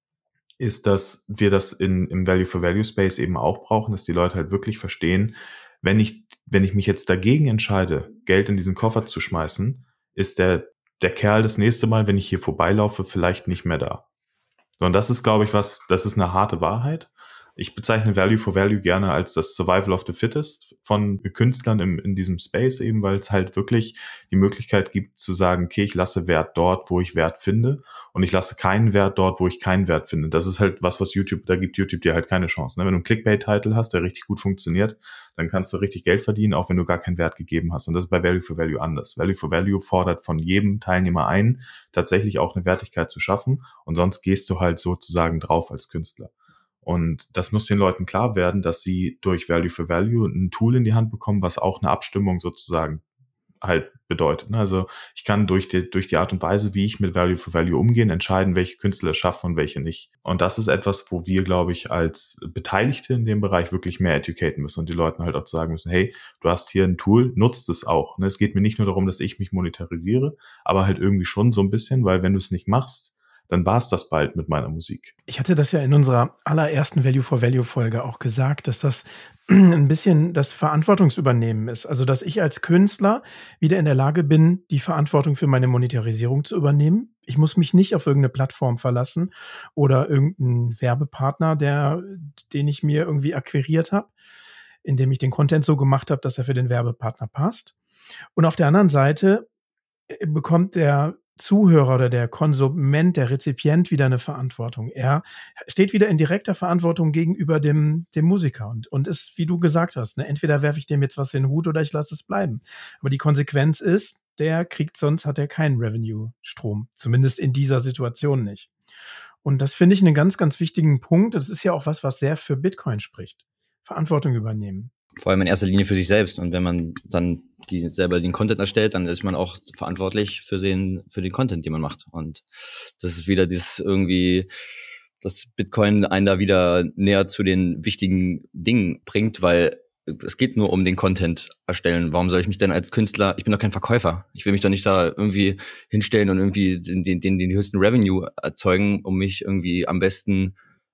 ist, dass wir das in, im Value-for-Value-Space eben auch brauchen, dass die Leute halt wirklich verstehen, wenn ich, wenn ich mich jetzt dagegen entscheide, Geld in diesen Koffer zu schmeißen, ist der, der Kerl das nächste Mal, wenn ich hier vorbeilaufe, vielleicht nicht mehr da. Und das ist, glaube ich, was, das ist eine harte Wahrheit. Ich bezeichne Value for Value gerne als das Survival of the Fittest von Künstlern im, in diesem Space eben, weil es halt wirklich die Möglichkeit gibt zu sagen, okay, ich lasse Wert dort, wo ich Wert finde und ich lasse keinen Wert dort, wo ich keinen Wert finde. Das ist halt was, was YouTube, da gibt YouTube dir halt keine Chance. Ne? Wenn du einen Clickbait-Title hast, der richtig gut funktioniert, dann kannst du richtig Geld verdienen, auch wenn du gar keinen Wert gegeben hast. Und das ist bei Value for Value anders. Value for Value fordert von jedem Teilnehmer ein, tatsächlich auch eine Wertigkeit zu schaffen und sonst gehst du halt sozusagen drauf als Künstler. Und das muss den Leuten klar werden, dass sie durch Value for Value ein Tool in die Hand bekommen, was auch eine Abstimmung sozusagen halt bedeutet. Also ich kann durch die, durch die Art und Weise, wie ich mit Value for Value umgehe, entscheiden, welche Künstler es schaffen und welche nicht. Und das ist etwas, wo wir, glaube ich, als Beteiligte in dem Bereich wirklich mehr educaten müssen und die Leuten halt auch sagen müssen, hey, du hast hier ein Tool, nutzt es auch. Es geht mir nicht nur darum, dass ich mich monetarisiere, aber halt irgendwie schon so ein bisschen, weil wenn du es nicht machst, dann war es das bald mit meiner Musik. Ich hatte das ja in unserer allerersten Value-for-Value-Folge auch gesagt, dass das ein bisschen das Verantwortungsübernehmen ist. Also, dass ich als Künstler wieder in der Lage bin, die Verantwortung für meine Monetarisierung zu übernehmen. Ich muss mich nicht auf irgendeine Plattform verlassen oder irgendeinen Werbepartner, der, den ich mir irgendwie akquiriert habe, indem ich den Content so gemacht habe, dass er für den Werbepartner passt. Und auf der anderen Seite bekommt der Zuhörer oder der Konsument, der Rezipient wieder eine Verantwortung. Er steht wieder in direkter Verantwortung gegenüber dem, dem Musiker und, und ist, wie du gesagt hast, ne, entweder werfe ich dem jetzt was in den Hut oder ich lasse es bleiben. Aber die Konsequenz ist, der kriegt, sonst hat er keinen Revenue-Strom. Zumindest in dieser Situation nicht. Und das finde ich einen ganz, ganz wichtigen Punkt. Das ist ja auch was, was sehr für Bitcoin spricht. Verantwortung übernehmen. Vor allem in erster Linie für sich selbst. Und wenn man dann die selber den Content erstellt, dann ist man auch verantwortlich für den, für den Content, den man macht. Und das ist wieder dieses irgendwie, dass Bitcoin einen da wieder näher zu den wichtigen Dingen bringt, weil es geht nur um den Content erstellen. Warum soll ich mich denn als Künstler, ich bin doch kein Verkäufer. Ich will mich doch nicht da irgendwie hinstellen und irgendwie den, den, den, den höchsten Revenue erzeugen, um mich irgendwie am besten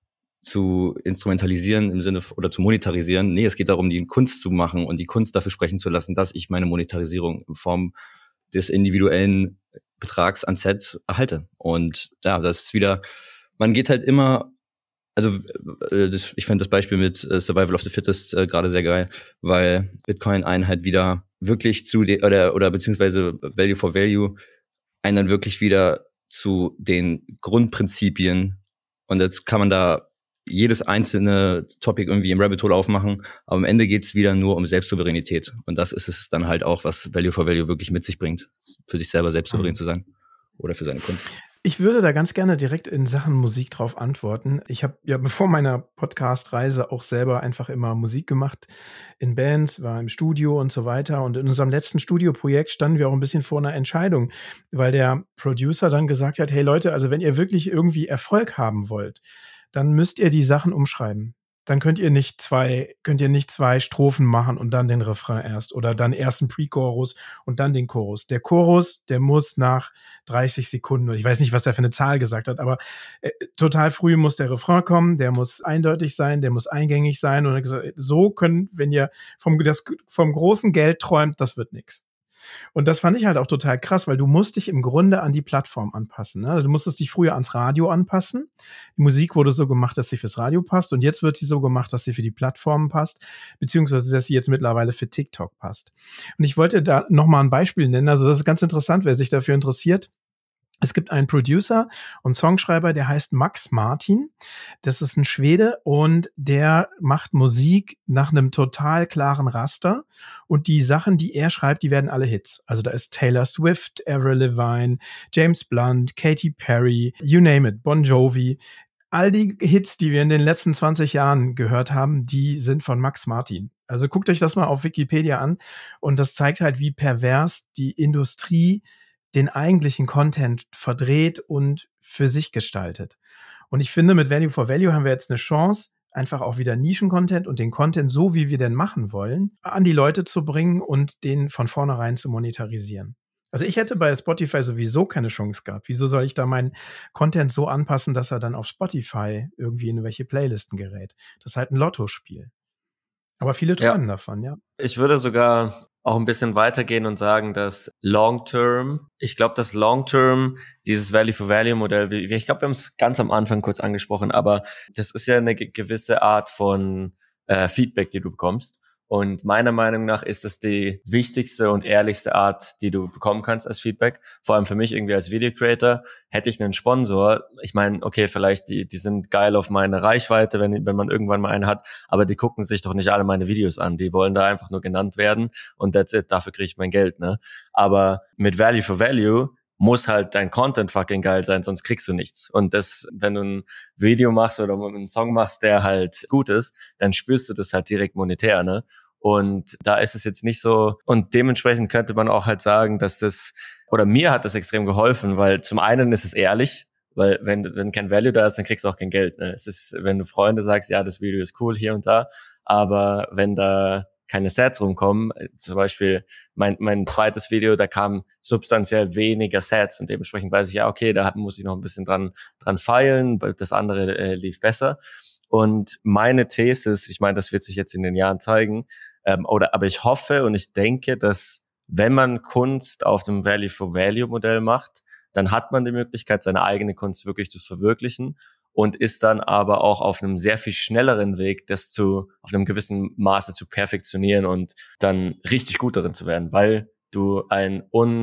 zu instrumentalisieren im Sinne oder zu monetarisieren. Nee, es geht darum, die Kunst zu machen und die Kunst dafür sprechen zu lassen, dass ich meine Monetarisierung in Form des individuellen Betrags an Sets erhalte. Und ja, das ist wieder, man geht halt immer, also äh, das, ich fand das Beispiel mit äh, Survival of the Fittest äh, gerade sehr geil, weil Bitcoin einen halt wieder wirklich zu den, oder oder beziehungsweise Value for Value einen dann wirklich wieder zu den Grundprinzipien, und jetzt kann man da jedes einzelne Topic irgendwie im Rabbit Hole aufmachen, aber am Ende geht's wieder nur um Selbstsouveränität. Und das ist es dann halt auch, was Value for Value wirklich mit sich bringt, für sich selber selbstsouverän mhm. zu sein oder für seine Kunst. Ich würde da ganz gerne direkt in Sachen Musik drauf antworten. Ich habe ja bevor meiner Podcast-Reise auch selber einfach immer Musik gemacht in Bands, war im Studio und so weiter. Und in unserem letzten Studioprojekt standen wir auch ein bisschen vor einer Entscheidung, weil der Producer dann gesagt hat, hey Leute, also wenn ihr wirklich irgendwie Erfolg haben wollt, dann müsst ihr die Sachen umschreiben. Dann könnt ihr nicht zwei, könnt ihr nicht zwei Strophen machen und dann den Refrain erst oder dann erst einen Pre-Chorus und dann den Chorus. Der Chorus, der muss nach dreißig Sekunden, ich weiß nicht, was er für eine Zahl gesagt hat, aber äh, total früh muss der Refrain kommen, der muss eindeutig sein, der muss eingängig sein, und er hat gesagt, so können, wenn ihr vom, das, vom großen Geld träumt, das wird nix. Und das fand ich halt auch total krass, weil du musst dich im Grunde an die Plattform anpassen. Ne? Du musstest dich früher ans Radio anpassen. Die Musik wurde so gemacht, dass sie fürs Radio passt, und jetzt wird sie so gemacht, dass sie für die Plattformen passt, beziehungsweise dass sie jetzt mittlerweile für TikTok passt. Und ich wollte da nochmal ein Beispiel nennen. Also das ist ganz interessant, wer sich dafür interessiert. Es gibt einen Producer und Songschreiber, der heißt Max Martin. Das ist ein Schwede und der macht Musik nach einem total klaren Raster. Und die Sachen, die er schreibt, die werden alle Hits. Also da ist Taylor Swift, Avril Lavigne, James Blunt, Katy Perry, you name it, Bon Jovi. All die Hits, die wir in den letzten zwanzig Jahren gehört haben, die sind von Max Martin. Also guckt euch das mal auf Wikipedia an. Und das zeigt halt, wie pervers die Industrie den eigentlichen Content verdreht und für sich gestaltet. Und ich finde, mit Value for Value haben wir jetzt eine Chance, einfach auch wieder Nischen-Content und den Content, so wie wir den machen wollen, an die Leute zu bringen und den von vornherein zu monetarisieren. Also ich hätte bei Spotify sowieso keine Chance gehabt. Wieso soll ich da meinen Content so anpassen, dass er dann auf Spotify irgendwie in welche Playlisten gerät? Das ist halt ein Lottospiel. Aber viele träumen ja davon, ja. Ich würde sogar auch ein bisschen weitergehen und sagen, dass Long-Term, ich glaube, dass Long-Term dieses Value-for-Value-Modell, ich glaube, wir haben es ganz am Anfang kurz angesprochen, aber das ist ja eine gewisse Art von äh, Feedback, die du bekommst. Und meiner Meinung nach ist das die wichtigste und ehrlichste Art, die du bekommen kannst als Feedback. Vor allem für mich irgendwie als Video-Creator. Hätte ich einen Sponsor, ich meine, okay, vielleicht die die sind geil auf meine Reichweite, wenn wenn man irgendwann mal einen hat, aber die gucken sich doch nicht alle meine Videos an. Die wollen da einfach nur genannt werden und that's it, dafür kriege ich mein Geld, ne? Aber mit Value for Value muss halt dein Content fucking geil sein, sonst kriegst du nichts. Und das, wenn du ein Video machst oder einen Song machst, der halt gut ist, dann spürst du das halt direkt monetär, ne? Und da ist es jetzt nicht so, und dementsprechend könnte man auch halt sagen, dass das, oder mir hat das extrem geholfen, weil zum einen ist es ehrlich, weil wenn, wenn kein Value da ist, dann kriegst du auch kein Geld, ne? Es ist, wenn du Freunde sagst, ja, das Video ist cool hier und da, aber wenn da keine Sets rumkommen, zum Beispiel mein mein zweites Video, da kamen substanziell weniger Sets und dementsprechend weiß ich, ja, okay, da muss ich noch ein bisschen dran dran feilen, das andere äh, lief besser. Und meine These ist, ich meine, das wird sich jetzt in den Jahren zeigen, ähm, oder aber ich hoffe und ich denke, dass wenn man Kunst auf dem Value-for-Value-Modell macht, dann hat man die Möglichkeit, seine eigene Kunst wirklich zu verwirklichen und ist dann aber auch auf einem sehr viel schnelleren Weg, das zu auf einem gewissen Maße zu perfektionieren und dann richtig gut darin zu werden, weil du ein un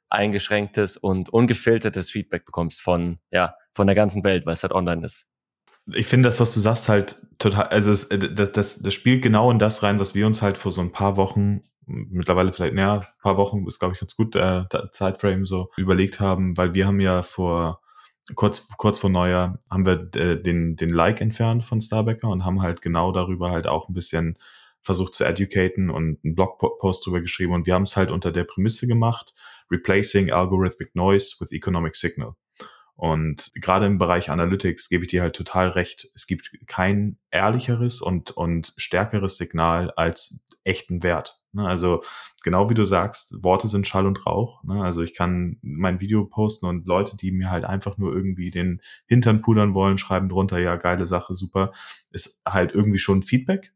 eingeschränktes und ungefiltertes Feedback bekommst von, ja, von der ganzen Welt, weil es halt online ist. Ich finde das, was du sagst, halt total, also es, das, das, das spielt genau in das rein, was wir uns halt vor so ein paar Wochen, mittlerweile vielleicht, naja, ein paar Wochen ist, glaube ich, ganz gut, äh, Zeitframe so überlegt haben, weil wir haben ja vor, kurz, kurz vor Neujahr, haben wir äh, den, den Like entfernt von Starbacker und haben halt genau darüber halt auch ein bisschen versucht zu educaten und einen Blogpost drüber geschrieben und wir haben es halt unter der Prämisse gemacht, replacing algorithmic noise with economic signal. Und gerade im Bereich Analytics gebe ich dir halt total recht. Es gibt kein ehrlicheres und, und stärkeres Signal als echten Wert. Also genau wie du sagst, Worte sind Schall und Rauch. Also ich kann mein Video posten und Leute, die mir halt einfach nur irgendwie den Hintern pudern wollen, schreiben drunter, ja, geile Sache, super, ist halt irgendwie schon Feedback.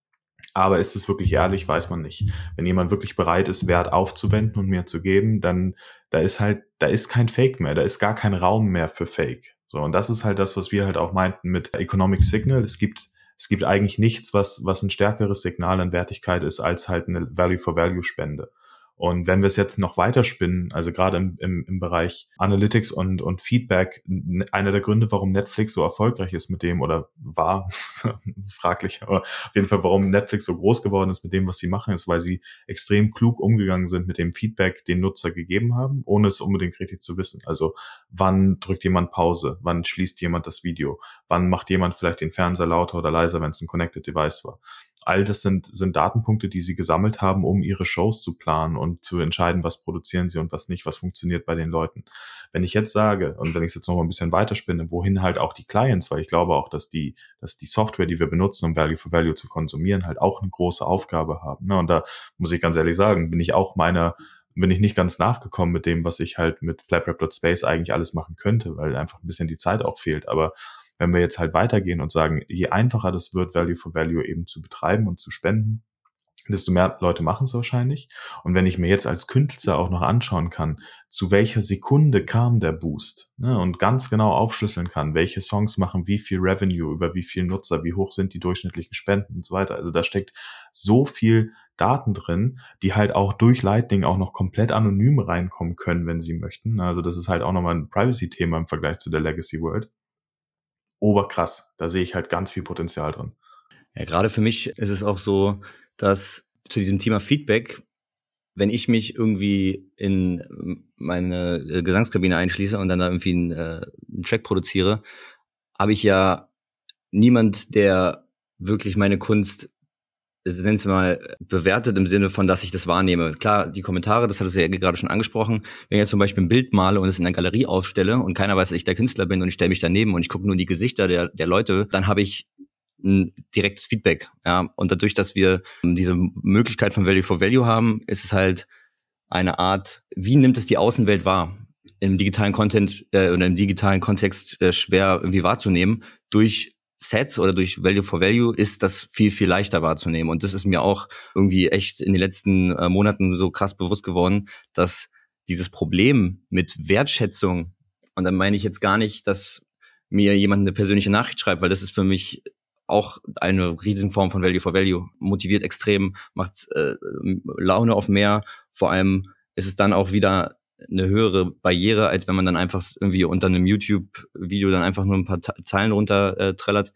Aber ist es wirklich ehrlich, weiß man nicht. Wenn jemand wirklich bereit ist, Wert aufzuwenden und mir zu geben, dann, da ist halt, da ist kein Fake mehr, da ist gar kein Raum mehr für Fake. So, und das ist halt das, was wir halt auch meinten mit Economic Signal. Es gibt, es gibt eigentlich nichts, was, was ein stärkeres Signal an Wertigkeit ist, als halt eine Value-for-Value-Spende. Und wenn wir es jetzt noch weiterspinnen, also gerade im, im, im Bereich Analytics und, und Feedback, einer der Gründe, warum Netflix so erfolgreich ist mit dem, oder war, fraglich, aber auf jeden Fall, warum Netflix so groß geworden ist mit dem, was sie machen, ist, weil sie extrem klug umgegangen sind mit dem Feedback, den Nutzer gegeben haben, ohne es unbedingt richtig zu wissen. Also wann drückt jemand Pause, wann schließt jemand das Video, wann macht jemand vielleicht den Fernseher lauter oder leiser, wenn es ein Connected Device war. All das sind, sind Datenpunkte, die sie gesammelt haben, um ihre Shows zu planen und zu entscheiden, was produzieren sie und was nicht, was funktioniert bei den Leuten. Wenn ich jetzt sage, und wenn ich es jetzt noch mal ein bisschen weiterspinne, wohin halt auch die Clients, weil ich glaube auch, dass die, dass die Software, die wir benutzen, um Value for Value zu konsumieren, halt auch eine große Aufgabe haben. Und da muss ich ganz ehrlich sagen, bin ich auch meiner, bin ich nicht ganz nachgekommen mit dem, was ich halt mit FlapRap.space eigentlich alles machen könnte, weil einfach ein bisschen die Zeit auch fehlt. Aber wenn wir jetzt halt weitergehen und sagen, je einfacher das wird, Value for Value eben zu betreiben und zu spenden, desto mehr Leute machen es wahrscheinlich. Und wenn ich mir jetzt als Künstler auch noch anschauen kann, zu welcher Sekunde kam der Boost, ne, und ganz genau aufschlüsseln kann, welche Songs machen wie viel Revenue, über wie viel Nutzer, wie hoch sind die durchschnittlichen Spenden und so weiter. Also da steckt so viel Daten drin, die halt auch durch Lightning auch noch komplett anonym reinkommen können, wenn sie möchten. Also das ist halt auch nochmal ein Privacy-Thema im Vergleich zu der Legacy World. Oberkrass, da sehe ich halt ganz viel Potenzial drin. Ja, gerade für mich ist es auch so, dass zu diesem Thema Feedback, wenn ich mich irgendwie in meine Gesangskabine einschließe und dann da irgendwie einen, äh, einen Track produziere, habe ich ja niemand, der wirklich meine Kunst, nennen Sie mal, bewertet im Sinne von, dass ich das wahrnehme. Klar, die Kommentare, das hat es ja gerade schon angesprochen. Wenn ich jetzt zum Beispiel ein Bild male und es in einer Galerie aufstelle und keiner weiß, dass ich der Künstler bin und ich stelle mich daneben und ich gucke nur die Gesichter der, der Leute, dann habe ich ein direktes Feedback. Ja, und dadurch, dass wir diese Möglichkeit von Value for Value haben, ist es halt eine Art, wie nimmt es die Außenwelt wahr? Im digitalen Content äh, oder im digitalen Kontext äh, schwer irgendwie wahrzunehmen. Durch Sets oder durch Value for Value ist das viel, viel leichter wahrzunehmen. Und das ist mir auch irgendwie echt in den letzten äh, Monaten so krass bewusst geworden, dass dieses Problem mit Wertschätzung, und dann meine ich jetzt gar nicht, dass mir jemand eine persönliche Nachricht schreibt, weil das ist für mich auch eine riesen Form von Value for Value, motiviert extrem, macht äh, Laune auf mehr. Vor allem ist es dann auch wieder eine höhere Barriere, als wenn man dann einfach irgendwie unter einem YouTube-Video dann einfach nur ein paar Ta- Zeilen runter äh, trällert,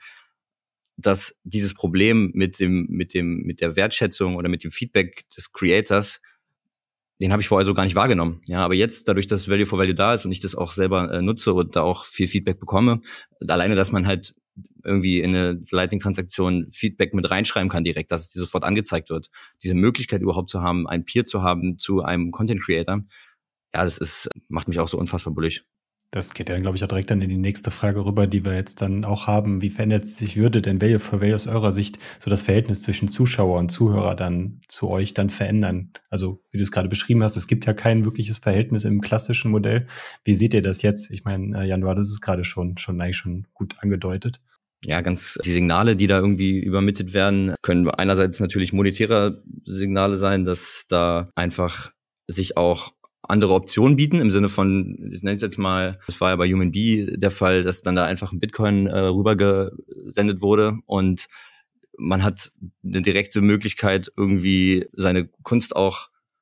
dass dieses Problem mit dem mit dem mit der Wertschätzung oder mit dem Feedback des Creators, den habe ich vorher so gar nicht wahrgenommen. Ja, aber jetzt, dadurch, dass Value for Value da ist und ich das auch selber äh, nutze und da auch viel Feedback bekomme, alleine, dass man halt irgendwie in eine Lightning-Transaktion Feedback mit reinschreiben kann direkt, dass es dir sofort angezeigt wird. Diese Möglichkeit überhaupt zu haben, einen Peer zu haben zu einem Content-Creator, ja, das ist, macht mich auch so unfassbar bullig. Das geht ja, glaube ich, auch direkt dann in die nächste Frage rüber, die wir jetzt dann auch haben. Wie verändert sich, würde denn Value for Value aus eurer Sicht so das Verhältnis zwischen Zuschauer und Zuhörer dann zu euch dann verändern? Also, wie du es gerade beschrieben hast, es gibt ja kein wirkliches Verhältnis im klassischen Modell. Wie seht ihr das jetzt? Ich meine, Jan, du hattest es gerade schon, schon eigentlich schon gut angedeutet. Ja, ganz, die Signale, die da irgendwie übermittelt werden, können einerseits natürlich monetäre Signale sein, dass da einfach sich auch andere Optionen bieten, im Sinne von, ich nenne es jetzt mal, das war ja bei Human Bee der Fall, dass dann da einfach ein Bitcoin äh, rübergesendet wurde und man hat eine direkte Möglichkeit, irgendwie seine Kunst auch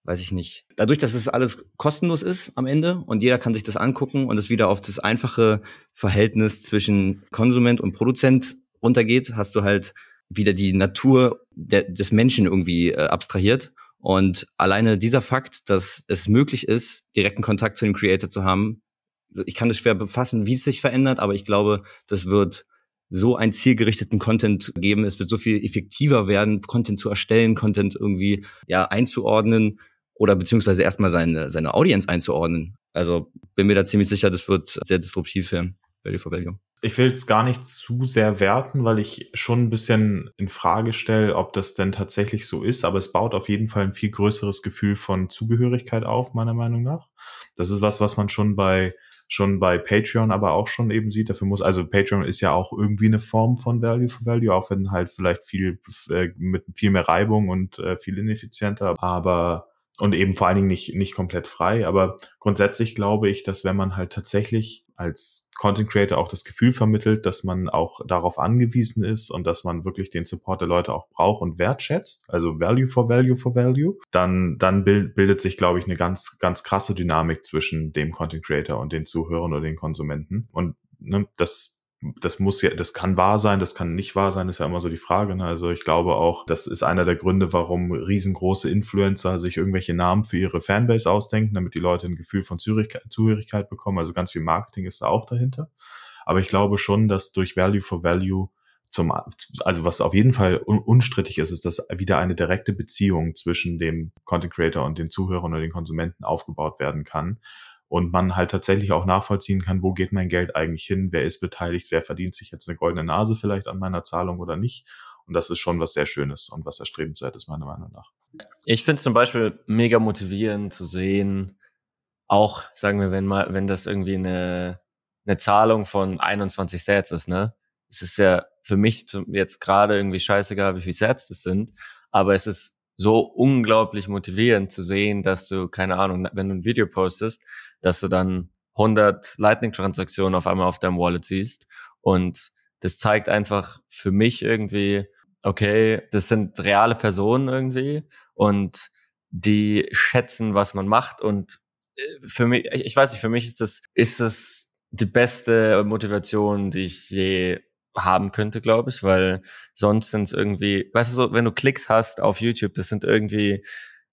weiß ich nicht. Dadurch, dass es alles kostenlos ist am Ende und jeder kann sich das angucken und es wieder auf das einfache Verhältnis zwischen Konsument und Produzent runtergeht, hast du halt wieder die Natur der, des Menschen irgendwie äh, abstrahiert. Und alleine dieser Fakt, dass es möglich ist, direkten Kontakt zu dem Creator zu haben, ich kann das schwer befassen, wie es sich verändert, aber ich glaube, das wird so einen zielgerichteten Content geben. Es wird so viel effektiver werden, Content zu erstellen, Content irgendwie ja einzuordnen oder beziehungsweise erstmal seine seine Audience einzuordnen. Also bin mir da ziemlich sicher, das wird sehr disruptiv werden. Value for Value. Ich will es gar nicht zu sehr werten, weil ich schon ein bisschen in Frage stelle, ob das denn tatsächlich so ist, aber es baut auf jeden Fall ein viel größeres Gefühl von Zugehörigkeit auf, meiner Meinung nach. Das ist was, was man schon bei schon bei Patreon aber auch schon eben sieht. Dafür muss, also Patreon ist ja auch irgendwie eine Form von Value for Value, auch wenn halt vielleicht viel äh, mit viel mehr Reibung und äh, viel ineffizienter, aber und eben vor allen Dingen nicht nicht komplett frei. Aber grundsätzlich glaube ich, dass wenn man halt tatsächlich als Content Creator auch das Gefühl vermittelt, dass man auch darauf angewiesen ist und dass man wirklich den Support der Leute auch braucht und wertschätzt, also Value for Value for Value, dann dann bild, bildet sich, glaube ich, eine ganz ganz krasse Dynamik zwischen dem Content Creator und den Zuhörern oder den Konsumenten. Und ne, das das muss ja, das kann wahr sein, das kann nicht wahr sein, ist ja immer so die Frage. Ne? Also ich glaube auch, das ist einer der Gründe, warum riesengroße Influencer sich irgendwelche Namen für ihre Fanbase ausdenken, damit die Leute ein Gefühl von Zugehörigkeit bekommen. Also ganz viel Marketing ist da auch dahinter. Aber ich glaube schon, dass durch Value for Value zum, also was auf jeden Fall un- unstrittig ist, ist, dass wieder eine direkte Beziehung zwischen dem Content Creator und den Zuhörern oder den Konsumenten aufgebaut werden kann. Und man halt tatsächlich auch nachvollziehen kann, wo geht mein Geld eigentlich hin, wer ist beteiligt, wer verdient sich jetzt eine goldene Nase vielleicht an meiner Zahlung oder nicht. Und das ist schon was sehr Schönes und was erstrebenswert ist, meiner Meinung nach. Ich finde es zum Beispiel mega motivierend zu sehen, auch, sagen wir, wenn mal, wenn das irgendwie eine, eine Zahlung von einundzwanzig Sats ist, ne? Es ist ja für mich jetzt gerade irgendwie scheißegal, wie viele Sats das sind, aber es ist so unglaublich motivierend zu sehen, dass du, keine Ahnung, wenn du ein Video postest, dass du dann hundert Lightning-Transaktionen auf einmal auf deinem Wallet siehst. Und das zeigt einfach für mich irgendwie, okay, das sind reale Personen irgendwie und die schätzen, was man macht. Und für mich, ich weiß nicht, für mich ist das, ist das die beste Motivation, die ich je haben könnte, glaube ich, weil sonst sind es irgendwie, weißt du, so, wenn du Klicks hast auf YouTube, das sind irgendwie,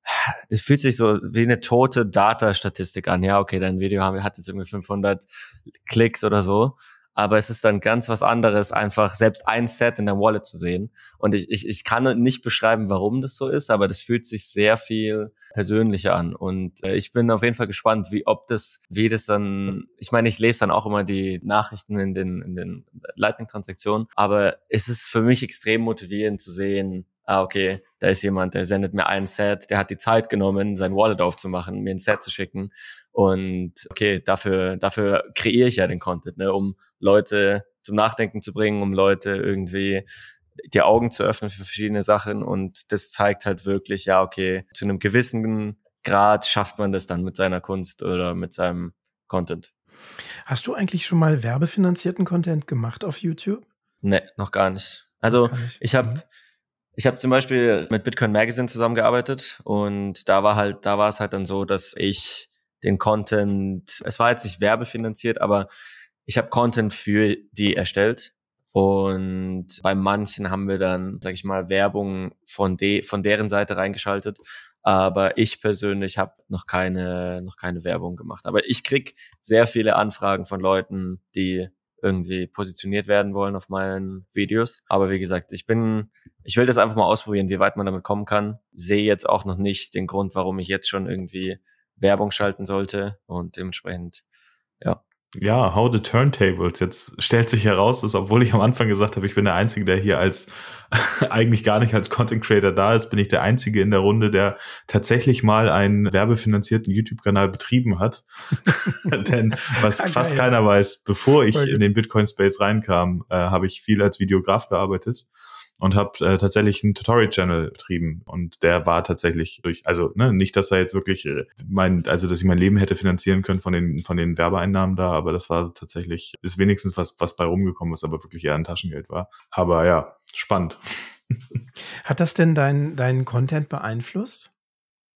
das fühlt sich so wie eine tote Data-Statistik an. Ja, okay, dein Video hat jetzt irgendwie fünfhundert Klicks oder so, aber es ist dann ganz was anderes, einfach selbst ein Set in deinem Wallet zu sehen. Und ich, ich, ich kann nicht beschreiben, warum das so ist, aber das fühlt sich sehr viel persönlicher an. Und äh, ich bin auf jeden Fall gespannt, wie ob das, wie das dann, ich meine, ich lese dann auch immer die Nachrichten in den, in den Lightning-Transaktionen, aber es ist für mich extrem motivierend zu sehen, ah, okay, da ist jemand, der sendet mir ein Set, der hat die Zeit genommen, sein Wallet aufzumachen, mir ein Set zu schicken. Und okay, dafür, dafür kreiere ich ja den Content, ne, um Leute zum Nachdenken zu bringen, um Leute irgendwie die Augen zu öffnen für verschiedene Sachen. Und das zeigt halt wirklich, ja, okay, zu einem gewissen Grad schafft man das dann mit seiner Kunst oder mit seinem Content. Hast du eigentlich schon mal werbefinanzierten Content gemacht auf YouTube? Nee, noch gar nicht. Also Gar nicht. ich habe Mhm. Ich habe zum Beispiel mit Bitcoin Magazine zusammengearbeitet und da war halt, da war es halt dann so, dass ich den Content, es war jetzt nicht werbefinanziert, aber ich habe Content für die erstellt und bei manchen haben wir dann, sag ich mal, Werbung von de, von deren Seite reingeschaltet, aber ich persönlich habe noch keine, noch keine Werbung gemacht. Aber ich krieg sehr viele Anfragen von Leuten, die irgendwie positioniert werden wollen auf meinen Videos. Aber wie gesagt, ich bin, ich will das einfach mal ausprobieren, wie weit man damit kommen kann. Sehe jetzt auch noch nicht den Grund, warum ich jetzt schon irgendwie Werbung schalten sollte und dementsprechend, ja. Ja, how the turntables. Jetzt stellt sich heraus, dass obwohl ich am Anfang gesagt habe, ich bin der Einzige, der hier als eigentlich gar nicht als Content Creator da ist, bin ich der Einzige in der Runde, der tatsächlich mal einen werbefinanzierten YouTube-Kanal betrieben hat. Denn was Geil. fast keiner weiß, bevor ich Voll gut. in den Bitcoin-Space reinkam, äh, habe ich viel als Videograf gearbeitet und habe äh, tatsächlich einen Tutorial-Channel betrieben und der war tatsächlich durch, also ne, nicht, dass er jetzt wirklich äh, mein, also dass ich mein Leben hätte finanzieren können von den von den Werbeeinnahmen da, aber das war tatsächlich, ist wenigstens was was bei rumgekommen, was aber wirklich eher ein Taschengeld war. Aber ja, spannend. Hat das denn deinen deinen Content beeinflusst?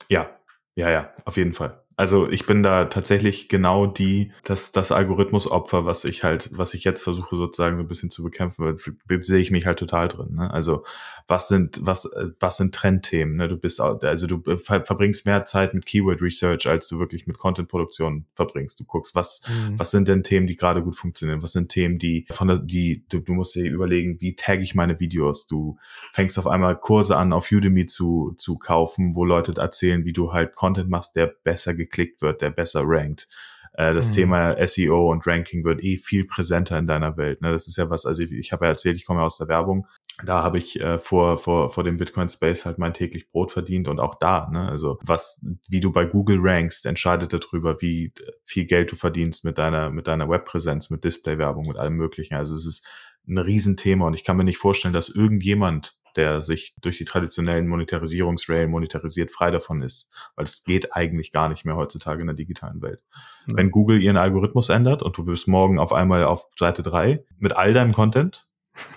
Ja, ja, ja, auf jeden Fall. Also ich bin da tatsächlich genau die, das, das Algorithmusopfer, was ich halt, was ich jetzt versuche sozusagen so ein bisschen zu bekämpfen, sehe ich mich halt total drin. Ne? Also was sind, was, was sind Trendthemen? Ne? Du bist, also du ver- verbringst mehr Zeit mit Keyword Research, als du wirklich mit Content-Produktion verbringst. Du guckst, was, mhm. was sind denn Themen, die gerade gut funktionieren? Was sind Themen, die von der, die, du, du musst dir überlegen, wie tagge ich meine Videos? Du fängst auf einmal Kurse an, auf Udemy zu, zu kaufen, wo Leute erzählen, wie du halt Content machst, der besser geklickt wird, der besser rankt. Äh, das mhm. Thema S E O und Ranking wird eh viel präsenter in deiner Welt. Ne? Das ist ja was, also ich, ich habe ja erzählt, ich komme ja aus der Werbung. Da habe ich äh, vor vor vor dem Bitcoin-Space halt mein täglich Brot verdient und auch da, ne, also was, wie du bei Google rankst, entscheidet darüber, wie viel Geld du verdienst mit deiner mit deiner Webpräsenz, mit Displaywerbung, mit allem Möglichen. Also es ist ein Riesenthema und ich kann mir nicht vorstellen, dass irgendjemand, der sich durch die traditionellen Monetarisierungsrail monetarisiert, frei davon ist, weil es geht eigentlich gar nicht mehr heutzutage in der digitalen Welt. Mhm. Wenn Google ihren Algorithmus ändert und du wirst morgen auf einmal auf Seite drei mit all deinem Content,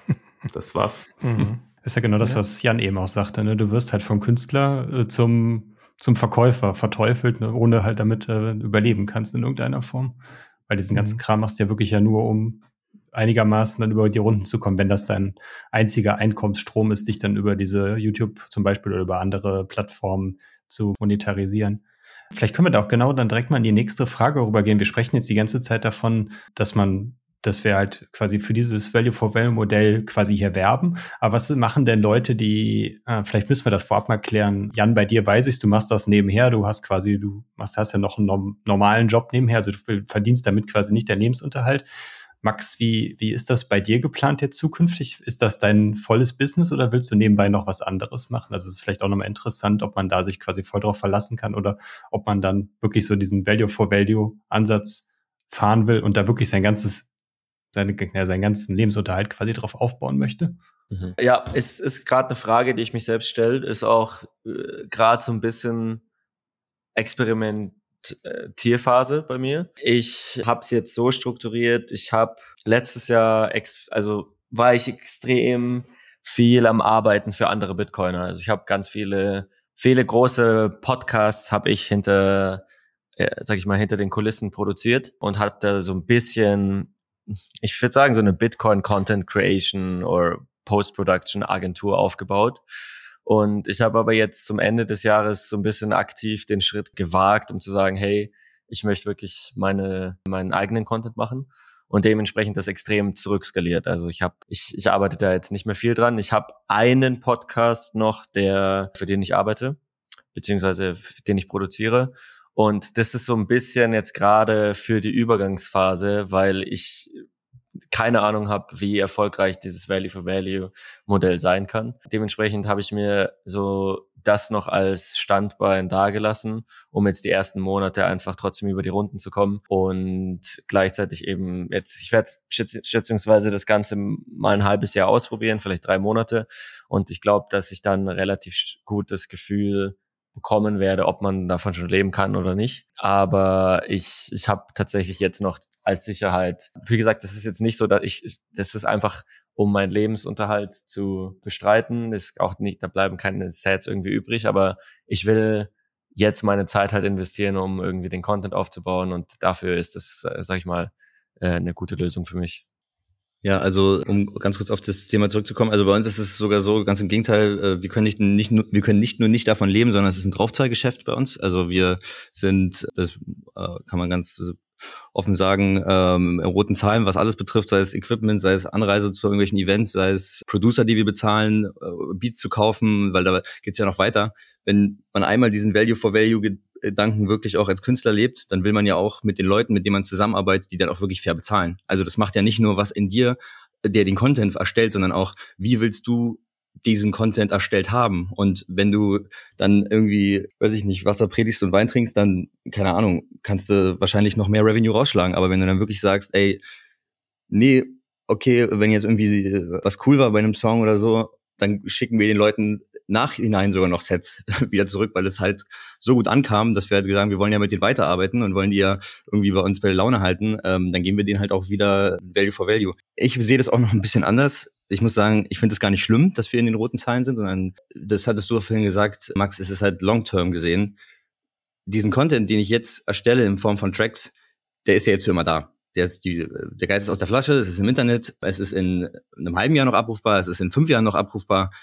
das war's. Mhm. Ist ja genau das, ja. was Jan eben auch sagte, ne? Du wirst halt vom Künstler äh, zum zum Verkäufer verteufelt, ne? Ohne halt damit äh, überleben kannst in irgendeiner Form. Weil diesen ganzen mhm. Kram machst du ja wirklich ja nur, um einigermaßen dann über die Runden zu kommen, wenn das dein einziger Einkommensstrom ist, dich dann über diese YouTube zum Beispiel oder über andere Plattformen zu monetarisieren. Vielleicht können wir da auch genau dann direkt mal in die nächste Frage rübergehen. Wir sprechen jetzt die ganze Zeit davon, dass man, dass wir halt quasi für dieses Value-for-Value-Modell quasi hier werben. Aber was machen denn Leute, die, äh, vielleicht müssen wir das vorab mal klären. Jan, bei dir weiß ich, du machst das nebenher. Du hast quasi, du machst, hast ja noch einen norm- normalen Job nebenher. Also du verdienst damit quasi nicht deinen Lebensunterhalt. Max, wie, wie ist das bei dir geplant jetzt zukünftig? Ist das dein volles Business oder willst du nebenbei noch was anderes machen? Also es ist vielleicht auch nochmal interessant, ob man da sich quasi voll drauf verlassen kann oder ob man dann wirklich so diesen Value-for-Value-Ansatz fahren will und da wirklich sein ganzes, seine, ja, seinen ganzen Lebensunterhalt quasi drauf aufbauen möchte. Mhm. Ja, ist, ist gerade eine Frage, die ich mich selbst stelle, ist auch äh, gerade so ein bisschen Experiment Tierphase bei mir. Ich habe es jetzt so strukturiert, ich habe letztes Jahr, ex- also war ich extrem viel am Arbeiten für andere Bitcoiner. Also ich habe ganz viele, viele große Podcasts habe ich hinter, äh, sag ich mal, hinter den Kulissen produziert und habe da so ein bisschen, ich würde sagen, so eine Bitcoin Content Creation oder Post-Production Agentur aufgebaut. Und ich habe aber jetzt zum Ende des Jahres so ein bisschen aktiv den Schritt gewagt, um zu sagen, hey, ich möchte wirklich meine meinen eigenen Content machen und dementsprechend das extrem zurückskaliert. Also ich habe ich ich arbeite da jetzt nicht mehr viel dran. Ich habe einen Podcast noch, der für den ich arbeite, beziehungsweise für den ich produziere. Und das ist so ein bisschen jetzt gerade für die Übergangsphase, weil ich keine Ahnung habe, wie erfolgreich dieses Value-for-Value-Modell sein kann. Dementsprechend habe ich mir so das noch als Standbein dagelassen, um jetzt die ersten Monate einfach trotzdem über die Runden zu kommen und gleichzeitig eben jetzt, ich werde schätz- schätzungsweise das Ganze mal ein halbes Jahr ausprobieren, vielleicht drei Monate und ich glaube, dass ich dann relativ gutes Gefühl bekommen werde, ob man davon schon leben kann oder nicht. Aber ich ich habe tatsächlich jetzt noch als Sicherheit, wie gesagt, das ist jetzt nicht so, dass ich, das ist einfach, um meinen Lebensunterhalt zu bestreiten. Das ist auch nicht, da bleiben keine Sets irgendwie übrig, aber ich will jetzt meine Zeit halt investieren, um irgendwie den Content aufzubauen und dafür ist das, sag ich mal, eine gute Lösung für mich. Ja, also um ganz kurz auf das Thema zurückzukommen, also bei uns ist es sogar so, ganz im Gegenteil, wir können nicht, nicht nur, wir können nicht nur nicht davon leben, sondern es ist ein Draufzahlgeschäft bei uns. Also wir sind, das kann man ganz offen sagen, ähm, in roten Zahlen, was alles betrifft, sei es Equipment, sei es Anreise zu irgendwelchen Events, sei es Producer, die wir bezahlen, äh, Beats zu kaufen, weil da geht's ja noch weiter. Wenn man einmal diesen Value-for-Value Gedanken wirklich auch als Künstler lebt, dann will man ja auch mit den Leuten, mit denen man zusammenarbeitet, die dann auch wirklich fair bezahlen. Also das macht ja nicht nur was in dir, der den Content erstellt, sondern auch, wie willst du diesen Content erstellt haben? Und wenn du dann irgendwie, weiß ich nicht, Wasser predigst und Wein trinkst, dann, keine Ahnung, kannst du wahrscheinlich noch mehr Revenue rausschlagen. Aber wenn du dann wirklich sagst, ey, nee, okay, wenn jetzt irgendwie was cool war bei einem Song oder so, dann schicken wir den Leuten nachhinein sogar noch Sets wieder zurück, weil es halt so gut ankam, dass wir halt gesagt haben, wir wollen ja mit denen weiterarbeiten und wollen die ja irgendwie bei uns bei der Laune halten, ähm, dann geben wir denen halt auch wieder Value for Value. Ich sehe das auch noch ein bisschen anders. Ich muss sagen, ich finde es gar nicht schlimm, dass wir in den roten Zahlen sind, sondern das hattest du vorhin gesagt, Max, es ist halt long-term gesehen. Diesen Content, den ich jetzt erstelle in Form von Tracks, der ist ja jetzt für immer da. Der ist die, der Geist ist aus der Flasche, es ist im Internet, es ist in einem halben Jahr noch abrufbar, es ist in fünf Jahren noch abrufbar.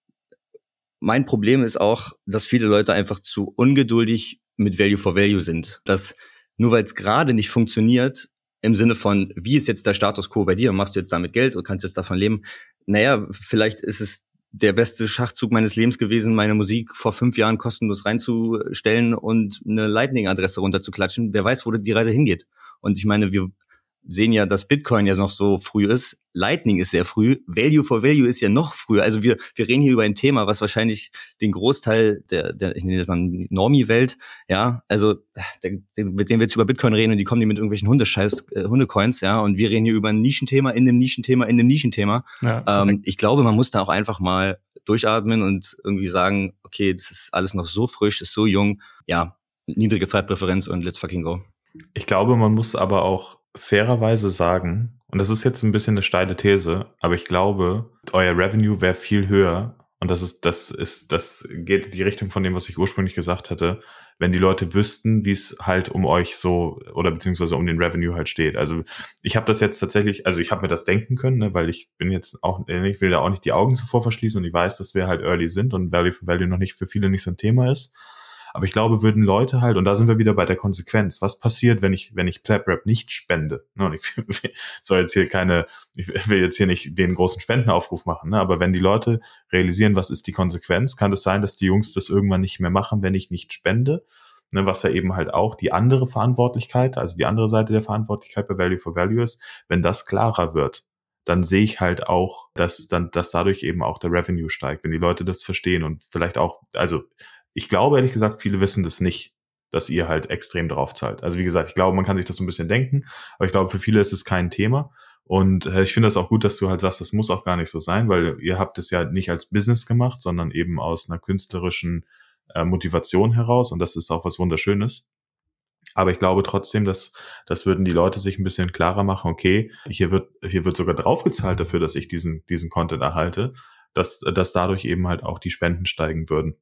Mein Problem ist auch, dass viele Leute einfach zu ungeduldig mit Value for Value sind. Dass nur weil es gerade nicht funktioniert, im Sinne von, wie ist jetzt der Status quo bei dir? Machst du jetzt damit Geld oder kannst du jetzt davon leben? Naja, vielleicht ist es der beste Schachzug meines Lebens gewesen, meine Musik vor fünf Jahren kostenlos reinzustellen und eine Lightning-Adresse runterzuklatschen. Wer weiß, wo die Reise hingeht. Und ich meine, wir sehen ja, dass Bitcoin ja noch so früh ist. Lightning ist sehr früh. Value for Value ist ja noch früher. Also wir wir reden hier über ein Thema, was wahrscheinlich den Großteil der, der ich nenne das mal Normie-Welt, ja, also der, mit denen wir jetzt über Bitcoin reden und die kommen die mit irgendwelchen Hundescheiß, äh, Hundecoins, ja, und wir reden hier über ein Nischenthema in einem Nischenthema in einem Nischenthema. Ja, ähm, ich glaube, man muss da auch einfach mal durchatmen und irgendwie sagen, okay, das ist alles noch so frisch, ist so jung, ja, niedrige Zeitpräferenz und let's fucking go. Ich glaube, man muss aber auch fairerweise sagen, und das ist jetzt ein bisschen eine steile These, aber ich glaube, euer Revenue wäre viel höher, und das ist, das ist, das geht in die Richtung von dem, was ich ursprünglich gesagt hatte, wenn die Leute wüssten, wie es halt um euch so, oder beziehungsweise um den Revenue halt steht. Also ich habe das jetzt tatsächlich, also ich habe mir das denken können, ne, weil ich bin jetzt auch, ich will da auch nicht die Augen zuvor verschließen und ich weiß, dass wir halt early sind und Value for Value noch nicht für viele nicht so ein Thema ist. Aber ich glaube, würden Leute halt, und da sind wir wieder bei der Konsequenz, was passiert, wenn ich, wenn ich Plaprap nicht spende? Und ich soll jetzt hier keine, ich will jetzt hier nicht den großen Spendenaufruf machen, ne? Aber wenn die Leute realisieren, was ist die Konsequenz, kann es sein, dass die Jungs das irgendwann nicht mehr machen, wenn ich nicht spende, ne? Was ja eben halt auch die andere Verantwortlichkeit, also die andere Seite der Verantwortlichkeit bei Value for Value ist, wenn das klarer wird, dann sehe ich halt auch, dass dann, dass dadurch eben auch der Revenue steigt, wenn die Leute das verstehen und vielleicht auch, also ich glaube, ehrlich gesagt, viele wissen das nicht, dass ihr halt extrem drauf zahlt. Also wie gesagt, ich glaube, man kann sich das so ein bisschen denken, aber ich glaube, für viele ist es kein Thema. Und äh, ich finde das auch gut, dass du halt sagst, das muss auch gar nicht so sein, weil ihr habt es ja nicht als Business gemacht, sondern eben aus einer künstlerischen äh, Motivation heraus. Und das ist auch was Wunderschönes. Aber ich glaube trotzdem, dass das würden die Leute sich ein bisschen klarer machen. Okay, hier wird hier wird sogar draufgezahlt dafür, dass ich diesen diesen Content erhalte, dass dass dadurch eben halt auch die Spenden steigen würden.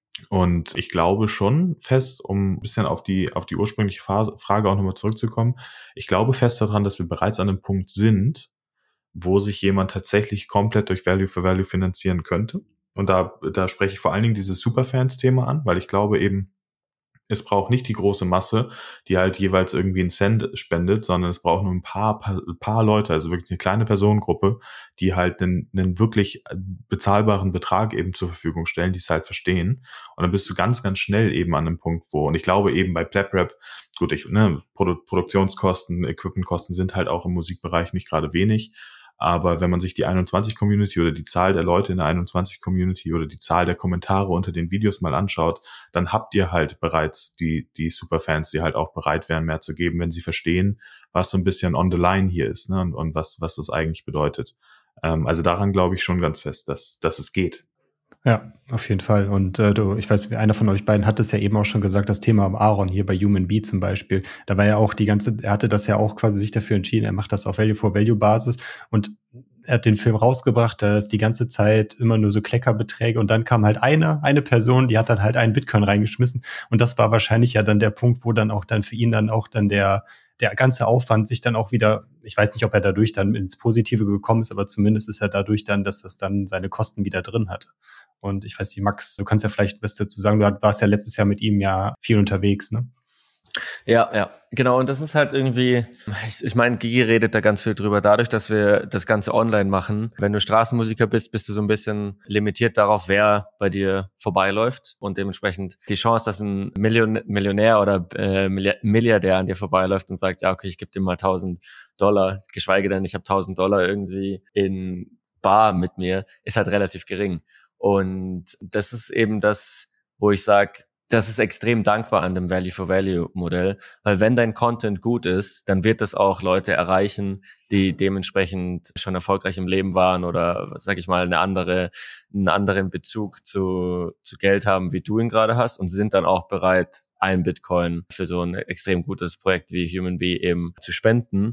Und ich glaube schon fest, um ein bisschen auf die auf die ursprüngliche Phase, Frage auch nochmal zurückzukommen, ich glaube fest daran, dass wir bereits an einem Punkt sind, wo sich jemand tatsächlich komplett durch Value for Value finanzieren könnte. Und da da spreche ich vor allen Dingen dieses Superfans-Thema an, weil ich glaube eben, es braucht nicht die große Masse, die halt jeweils irgendwie einen Cent spendet, sondern es braucht nur ein paar, paar, paar Leute, also wirklich eine kleine Personengruppe, die halt einen, einen wirklich bezahlbaren Betrag eben zur Verfügung stellen, die es halt verstehen. Und dann bist du ganz, ganz schnell eben an einem Punkt, wo, und ich glaube eben bei Plaprap, gut, ich, ne, Produ- Produktionskosten, Equipmentkosten sind halt auch im Musikbereich nicht gerade wenig. Aber wenn man sich die einundzwanzig-Community oder die Zahl der Leute in der einundzwanzig-Community oder die Zahl der Kommentare unter den Videos mal anschaut, dann habt ihr halt bereits die die Superfans, die halt auch bereit wären, mehr zu geben, wenn sie verstehen, was so ein bisschen on the line hier ist, ne, und, und was was das eigentlich bedeutet. Ähm, also daran glaube ich schon ganz fest, dass dass es geht. Ja, auf jeden Fall. Und äh, du, ich weiß, einer von euch beiden hat es ja eben auch schon gesagt, das Thema am Aaron hier bei Human Bee zum Beispiel. Da war ja auch die ganze, er hatte das ja auch quasi sich dafür entschieden, er macht das auf Value-for-Value-Basis und er hat den Film rausgebracht, da ist die ganze Zeit immer nur so Kleckerbeträge und dann kam halt eine, eine Person, die hat dann halt einen Bitcoin reingeschmissen und das war wahrscheinlich ja dann der Punkt, wo dann auch dann für ihn dann auch dann der der ganze Aufwand sich dann auch wieder, ich weiß nicht, ob er dadurch dann ins Positive gekommen ist, aber zumindest ist er dadurch dann, dass das dann seine Kosten wieder drin hatte. Und ich weiß nicht, Max, du kannst ja vielleicht was dazu sagen, du warst ja letztes Jahr mit ihm ja viel unterwegs, ne? Ja, ja, genau. Und das ist halt irgendwie, ich, ich meine, Gigi redet da ganz viel drüber. Dadurch, dass wir das Ganze online machen, wenn du Straßenmusiker bist, bist du so ein bisschen limitiert darauf, wer bei dir vorbeiläuft. Und dementsprechend die Chance, dass ein Million, Millionär oder äh, Milliardär an dir vorbeiläuft und sagt, ja, okay, ich gebe dir mal tausend Dollar, geschweige denn, ich habe tausend Dollar irgendwie in Bar mit mir, ist halt relativ gering. Und das ist eben das, wo ich sage, das ist extrem dankbar an dem Value-for-Value-Modell, weil wenn dein Content gut ist, dann wird das auch Leute erreichen, die dementsprechend schon erfolgreich im Leben waren oder, sag ich mal, eine andere, einen anderen Bezug zu, zu Geld haben, wie du ihn gerade hast und sind dann auch bereit, ein Bitcoin für so ein extrem gutes Projekt wie Human Bee eben zu spenden.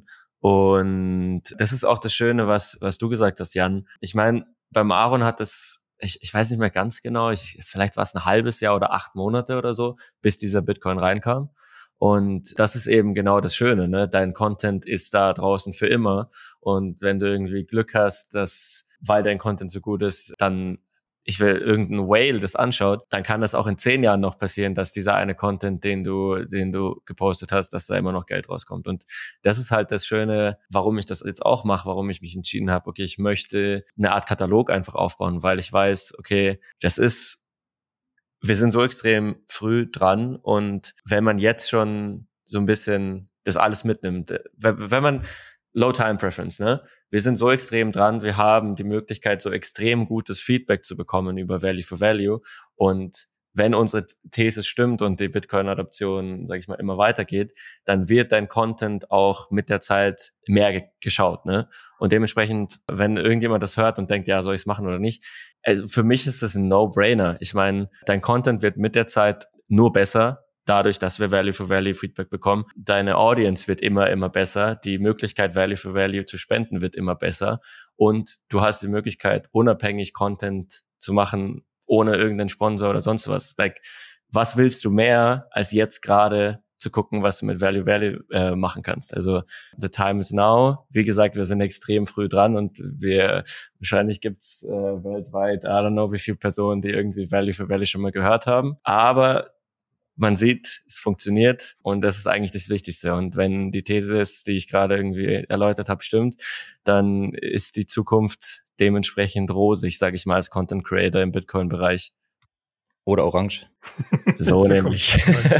Und das ist auch das Schöne, was, was du gesagt hast, Jan. Ich meine, beim Aaron hat es, ich, ich weiß nicht mehr ganz genau, ich, vielleicht war es ein halbes Jahr oder acht Monate oder so, bis dieser Bitcoin reinkam. Und das ist eben genau das Schöne, ne? Dein Content ist da draußen für immer. Und wenn du irgendwie Glück hast, dass, weil dein Content so gut ist, dann, ich will, irgendein Whale das anschaut, dann kann das auch in zehn Jahren noch passieren, dass dieser eine Content, den du, den du gepostet hast, dass da immer noch Geld rauskommt. Und das ist halt das Schöne, warum ich das jetzt auch mache, warum ich mich entschieden habe, okay, ich möchte eine Art Katalog einfach aufbauen, weil ich weiß, okay, das ist, wir sind so extrem früh dran, und wenn man jetzt schon so ein bisschen das alles mitnimmt, wenn man Low Time Preference, ne? Wir sind so extrem dran, wir haben die Möglichkeit, so extrem gutes Feedback zu bekommen über Value for Value, und wenn unsere These stimmt und die Bitcoin-Adoption, sage ich mal, immer weitergeht, dann wird dein Content auch mit der Zeit mehr ge- geschaut, ne? Und dementsprechend, wenn irgendjemand das hört und denkt, ja, soll ich es machen oder nicht? Also für mich ist das ein No-Brainer. Ich meine, dein Content wird mit der Zeit nur besser, dadurch, dass wir Value for Value Feedback bekommen. Deine Audience wird immer, immer besser. Die Möglichkeit, Value for Value zu spenden, wird immer besser. Und du hast die Möglichkeit, unabhängig Content zu machen, ohne irgendeinen Sponsor oder sonst was. Like, was willst du mehr, als jetzt gerade zu gucken, was du mit Value Value äh, machen kannst? Also, the time is now. Wie gesagt, wir sind extrem früh dran, und wir, wahrscheinlich gibt's äh, weltweit, I don't know, wie viele Personen, die irgendwie Value for Value schon mal gehört haben. Aber man sieht, es funktioniert, und das ist eigentlich das Wichtigste. Und wenn die These ist, die ich gerade irgendwie erläutert habe, stimmt, dann ist die Zukunft dementsprechend rosig, sage ich mal, als Content Creator im Bitcoin-Bereich. Oder orange. So nämlich.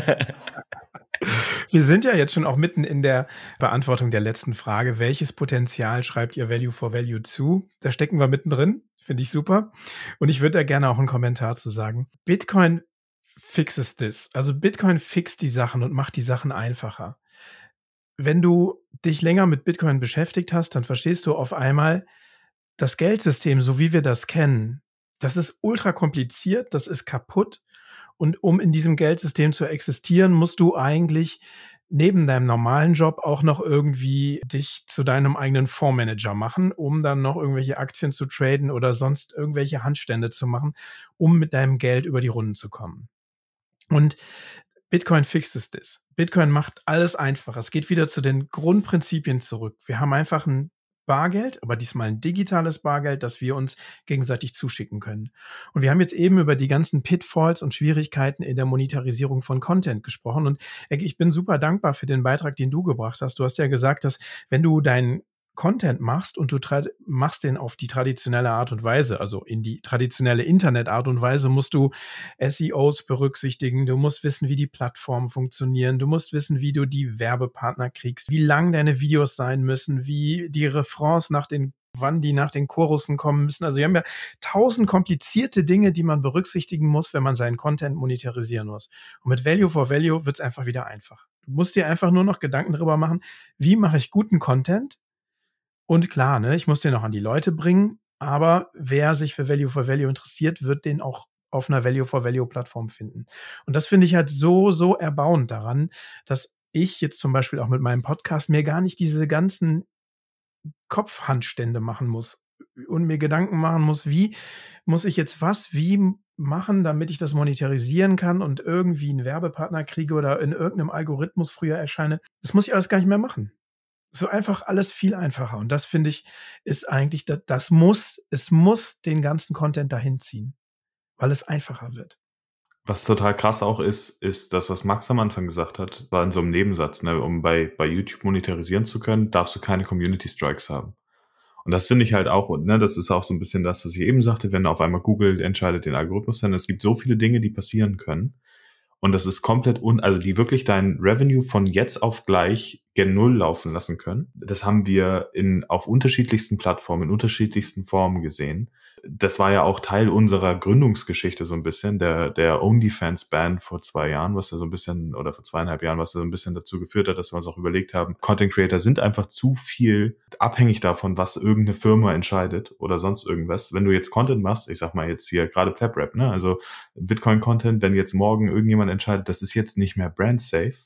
Wir sind ja jetzt schon auch mitten in der Beantwortung der letzten Frage. Welches Potenzial schreibt ihr Value for Value zu? Da stecken wir mittendrin. Finde ich super. Und ich würde da gerne auch einen Kommentar zu sagen. Bitcoin fixes this. Also Bitcoin fixt die Sachen und macht die Sachen einfacher. Wenn du dich länger mit Bitcoin beschäftigt hast, dann verstehst du auf einmal, das Geldsystem, so wie wir das kennen, das ist ultra kompliziert, das ist kaputt. Und um in diesem Geldsystem zu existieren, musst du eigentlich neben deinem normalen Job auch noch irgendwie dich zu deinem eigenen Fondsmanager machen, um dann noch irgendwelche Aktien zu traden oder sonst irgendwelche Handstände zu machen, um mit deinem Geld über die Runden zu kommen. Und Bitcoin fixes das. Bitcoin macht alles einfacher. Es geht wieder zu den Grundprinzipien zurück. Wir haben einfach ein Bargeld, aber diesmal ein digitales Bargeld, das wir uns gegenseitig zuschicken können. Und wir haben jetzt eben über die ganzen Pitfalls und Schwierigkeiten in der Monetarisierung von Content gesprochen. Und ich bin super dankbar für den Beitrag, den du gebracht hast. Du hast ja gesagt, dass wenn du deinen Content machst und du tra- machst den auf die traditionelle Art und Weise, also in die traditionelle Internetart und Weise, musst du S E Os berücksichtigen, du musst wissen, wie die Plattformen funktionieren, du musst wissen, wie du die Werbepartner kriegst, wie lang deine Videos sein müssen, wie die Refrains nach den, wann die nach den Chorussen kommen müssen. Also wir haben ja tausend komplizierte Dinge, die man berücksichtigen muss, wenn man seinen Content monetarisieren muss. Und mit Value for Value wird es einfach wieder einfach. Du musst dir einfach nur noch Gedanken darüber machen, wie mache ich guten Content? Und klar, ne, ich muss den auch an die Leute bringen, aber wer sich für Value for Value interessiert, wird den auch auf einer Value for Value Plattform finden. Und das finde ich halt so, so erbauend daran, dass ich jetzt zum Beispiel auch mit meinem Podcast mir gar nicht diese ganzen Kopfhandstände machen muss und mir Gedanken machen muss, wie muss ich jetzt was, wie machen, damit ich das monetarisieren kann und irgendwie einen Werbepartner kriege oder in irgendeinem Algorithmus früher erscheine. Das muss ich alles gar nicht mehr machen. So einfach alles viel einfacher. Und das, finde ich, ist eigentlich, das, das muss, es muss den ganzen Content dahin ziehen, weil es einfacher wird. Was total krass auch ist, ist das, was Max am Anfang gesagt hat, war in so einem Nebensatz, ne, um bei, bei YouTube monetarisieren zu können, darfst du keine Community Strikes haben. Und das finde ich halt auch, und ne, das ist auch so ein bisschen das, was ich eben sagte, wenn auf einmal Google entscheidet, den Algorithmus zu ändern. Es gibt so viele Dinge, die passieren können. Und das ist komplett un, also die wirklich dein Revenue von jetzt auf gleich gen Null laufen lassen können. Das haben wir in, auf unterschiedlichsten Plattformen, in unterschiedlichsten Formen gesehen. Das war ja auch Teil unserer Gründungsgeschichte so ein bisschen, der, der OnlyFans-Ban vor zwei Jahren, was ja so ein bisschen, oder vor zweieinhalb Jahren, was ja so ein bisschen dazu geführt hat, dass wir uns auch überlegt haben, Content Creator sind einfach zu viel abhängig davon, was irgendeine Firma entscheidet oder sonst irgendwas. Wenn du jetzt Content machst, ich sag mal jetzt hier gerade PlebRap, ne, also Bitcoin-Content, wenn jetzt morgen irgendjemand entscheidet, das ist jetzt nicht mehr brand safe,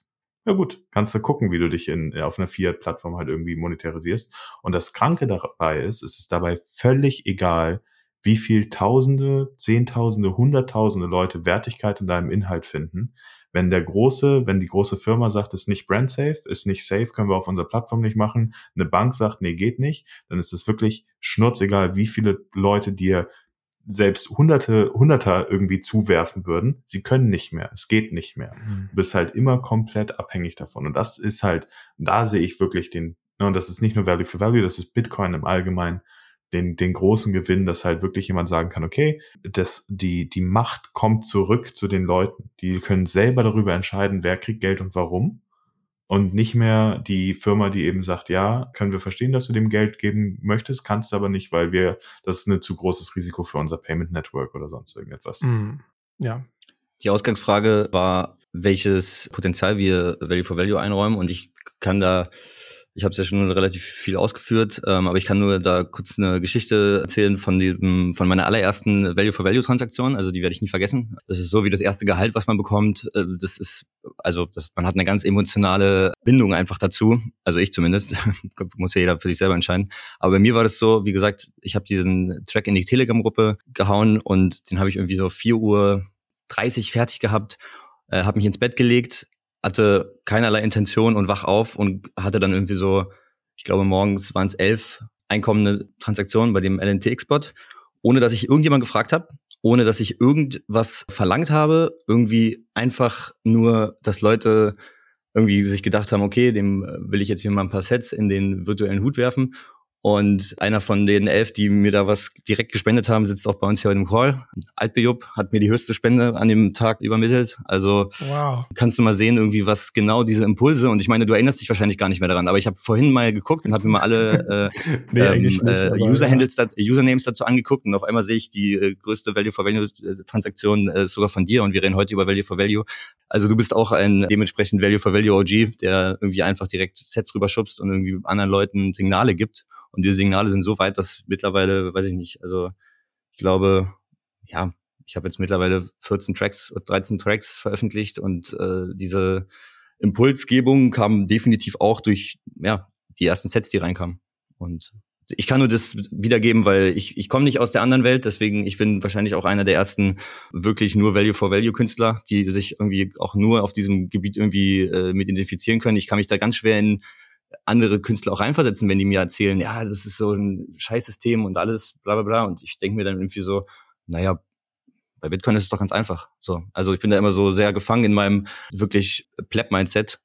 ja gut, kannst du gucken, wie du dich in, auf einer Fiat-Plattform halt irgendwie monetarisierst. Und das Kranke dabei ist, es ist dabei völlig egal, wie viel Tausende, Zehntausende, Hunderttausende Leute Wertigkeit in deinem Inhalt finden. Wenn der große, wenn die große Firma sagt, ist nicht brand safe, ist nicht safe, können wir auf unserer Plattform nicht machen, eine Bank sagt, nee, geht nicht, dann ist es wirklich schnurzegal, wie viele Leute dir selbst Hunderte, Hunderter irgendwie zuwerfen würden. Sie können nicht mehr. Es geht nicht mehr. Du bist halt immer komplett abhängig davon. Und das ist halt, da sehe ich wirklich den, und das ist nicht nur Value for Value, das ist Bitcoin im Allgemeinen, den, den großen Gewinn, dass halt wirklich jemand sagen kann, okay, das, die, die Macht kommt zurück zu den Leuten. Die können selber darüber entscheiden, wer kriegt Geld und warum. Und nicht mehr die Firma, die eben sagt, ja, können wir verstehen, dass du dem Geld geben möchtest, kannst du aber nicht, weil wir, das ist ein zu großes Risiko für unser Payment Network oder sonst irgendetwas. Mm, ja. Die Ausgangsfrage war, welches Potenzial wir Value for Value einräumen, und ich kann da, ich habe es ja schon relativ viel ausgeführt, ähm, aber ich kann nur da kurz eine Geschichte erzählen von diesem, von meiner allerersten Value for Value Transaktion. Also die werde ich nie vergessen. Das ist so wie das erste Gehalt, was man bekommt. Das ist, also das, man hat eine ganz emotionale Bindung einfach dazu. Also ich zumindest. Muss ja jeder für sich selber entscheiden. Aber bei mir war das so, wie gesagt, ich habe diesen Track in die Telegram-Gruppe gehauen und den habe ich irgendwie so vier Uhr dreißig fertig gehabt, äh, habe mich ins Bett gelegt, hatte keinerlei Intention und wach auf und hatte dann irgendwie so, ich glaube morgens waren es elf einkommende Transaktionen bei dem L N T X-Bot, ohne dass ich irgendjemand gefragt habe, ohne dass ich irgendwas verlangt habe, irgendwie einfach nur, dass Leute irgendwie sich gedacht haben, okay, dem will ich jetzt hier mal ein paar Sets in den virtuellen Hut werfen. Und einer von den elf, die mir da was direkt gespendet haben, sitzt auch bei uns hier im Call. Altbejub hat mir die höchste Spende an dem Tag übermittelt. Also wow. Kannst du mal sehen, irgendwie was genau diese Impulse. Und ich meine, du erinnerst dich wahrscheinlich gar nicht mehr daran, aber ich habe vorhin mal geguckt und habe mir mal alle äh, nee, ähm, nicht, äh, User-Handles, ja. Usernames dazu angeguckt. Und auf einmal sehe ich die äh, größte Value-for-Value-Transaktion äh, sogar von dir. Und wir reden heute über Value-for-Value. Also du bist auch ein dementsprechend Value-for-Value-O G, der irgendwie einfach direkt Sets rüberschubst und irgendwie anderen Leuten Signale gibt. Und diese Signale sind so weit, dass mittlerweile, weiß ich nicht, also ich glaube, ja, ich habe jetzt mittlerweile vierzehn Tracks, dreizehn Tracks veröffentlicht und äh, diese Impulsgebung kam definitiv auch durch ja die ersten Sets, die reinkamen. Und ich kann nur das wiedergeben, weil ich ich komme nicht aus der anderen Welt, deswegen ich bin wahrscheinlich auch einer der ersten wirklich nur Value-for-Value-Künstler, die sich irgendwie auch nur auf diesem Gebiet irgendwie äh, mit identifizieren können. Ich kann mich da ganz schwer in andere Künstler auch reinversetzen, wenn die mir erzählen, ja, das ist so ein Scheißsystem und alles, bla bla bla. Und ich denke mir dann irgendwie so, naja, bei Bitcoin ist es doch ganz einfach. So, also ich bin da immer so sehr gefangen in meinem wirklich Pleb-Mindset.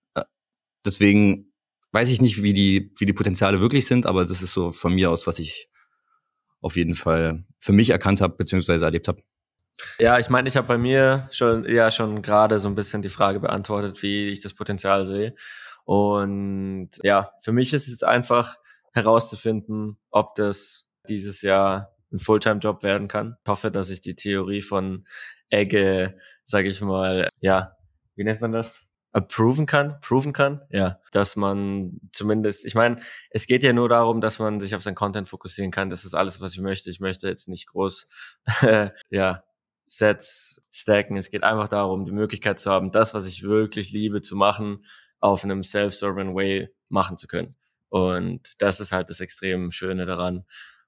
Deswegen weiß ich nicht, wie die wie die Potenziale wirklich sind, aber das ist so von mir aus, was ich auf jeden Fall für mich erkannt habe beziehungsweise erlebt habe. Ja, ich meine, ich habe bei mir schon ja schon gerade so ein bisschen die Frage beantwortet, wie ich das Potenzial sehe. Und ja, für mich ist es einfach herauszufinden, ob das dieses Jahr ein Fulltime-Job werden kann. Ich hoffe, dass ich die Theorie von Egge, sage ich mal, ja, wie nennt man das? Approven kann, proven kann, ja, dass man zumindest, ich meine, es geht ja nur darum, dass man sich auf sein Content fokussieren kann. Das ist alles, was ich möchte. Ich möchte jetzt nicht groß, ja, Sets stacken. Es geht einfach darum, die Möglichkeit zu haben, das, was ich wirklich liebe, zu machen, auf einem self-sovereign way machen zu können. Und das ist halt das extrem Schöne daran.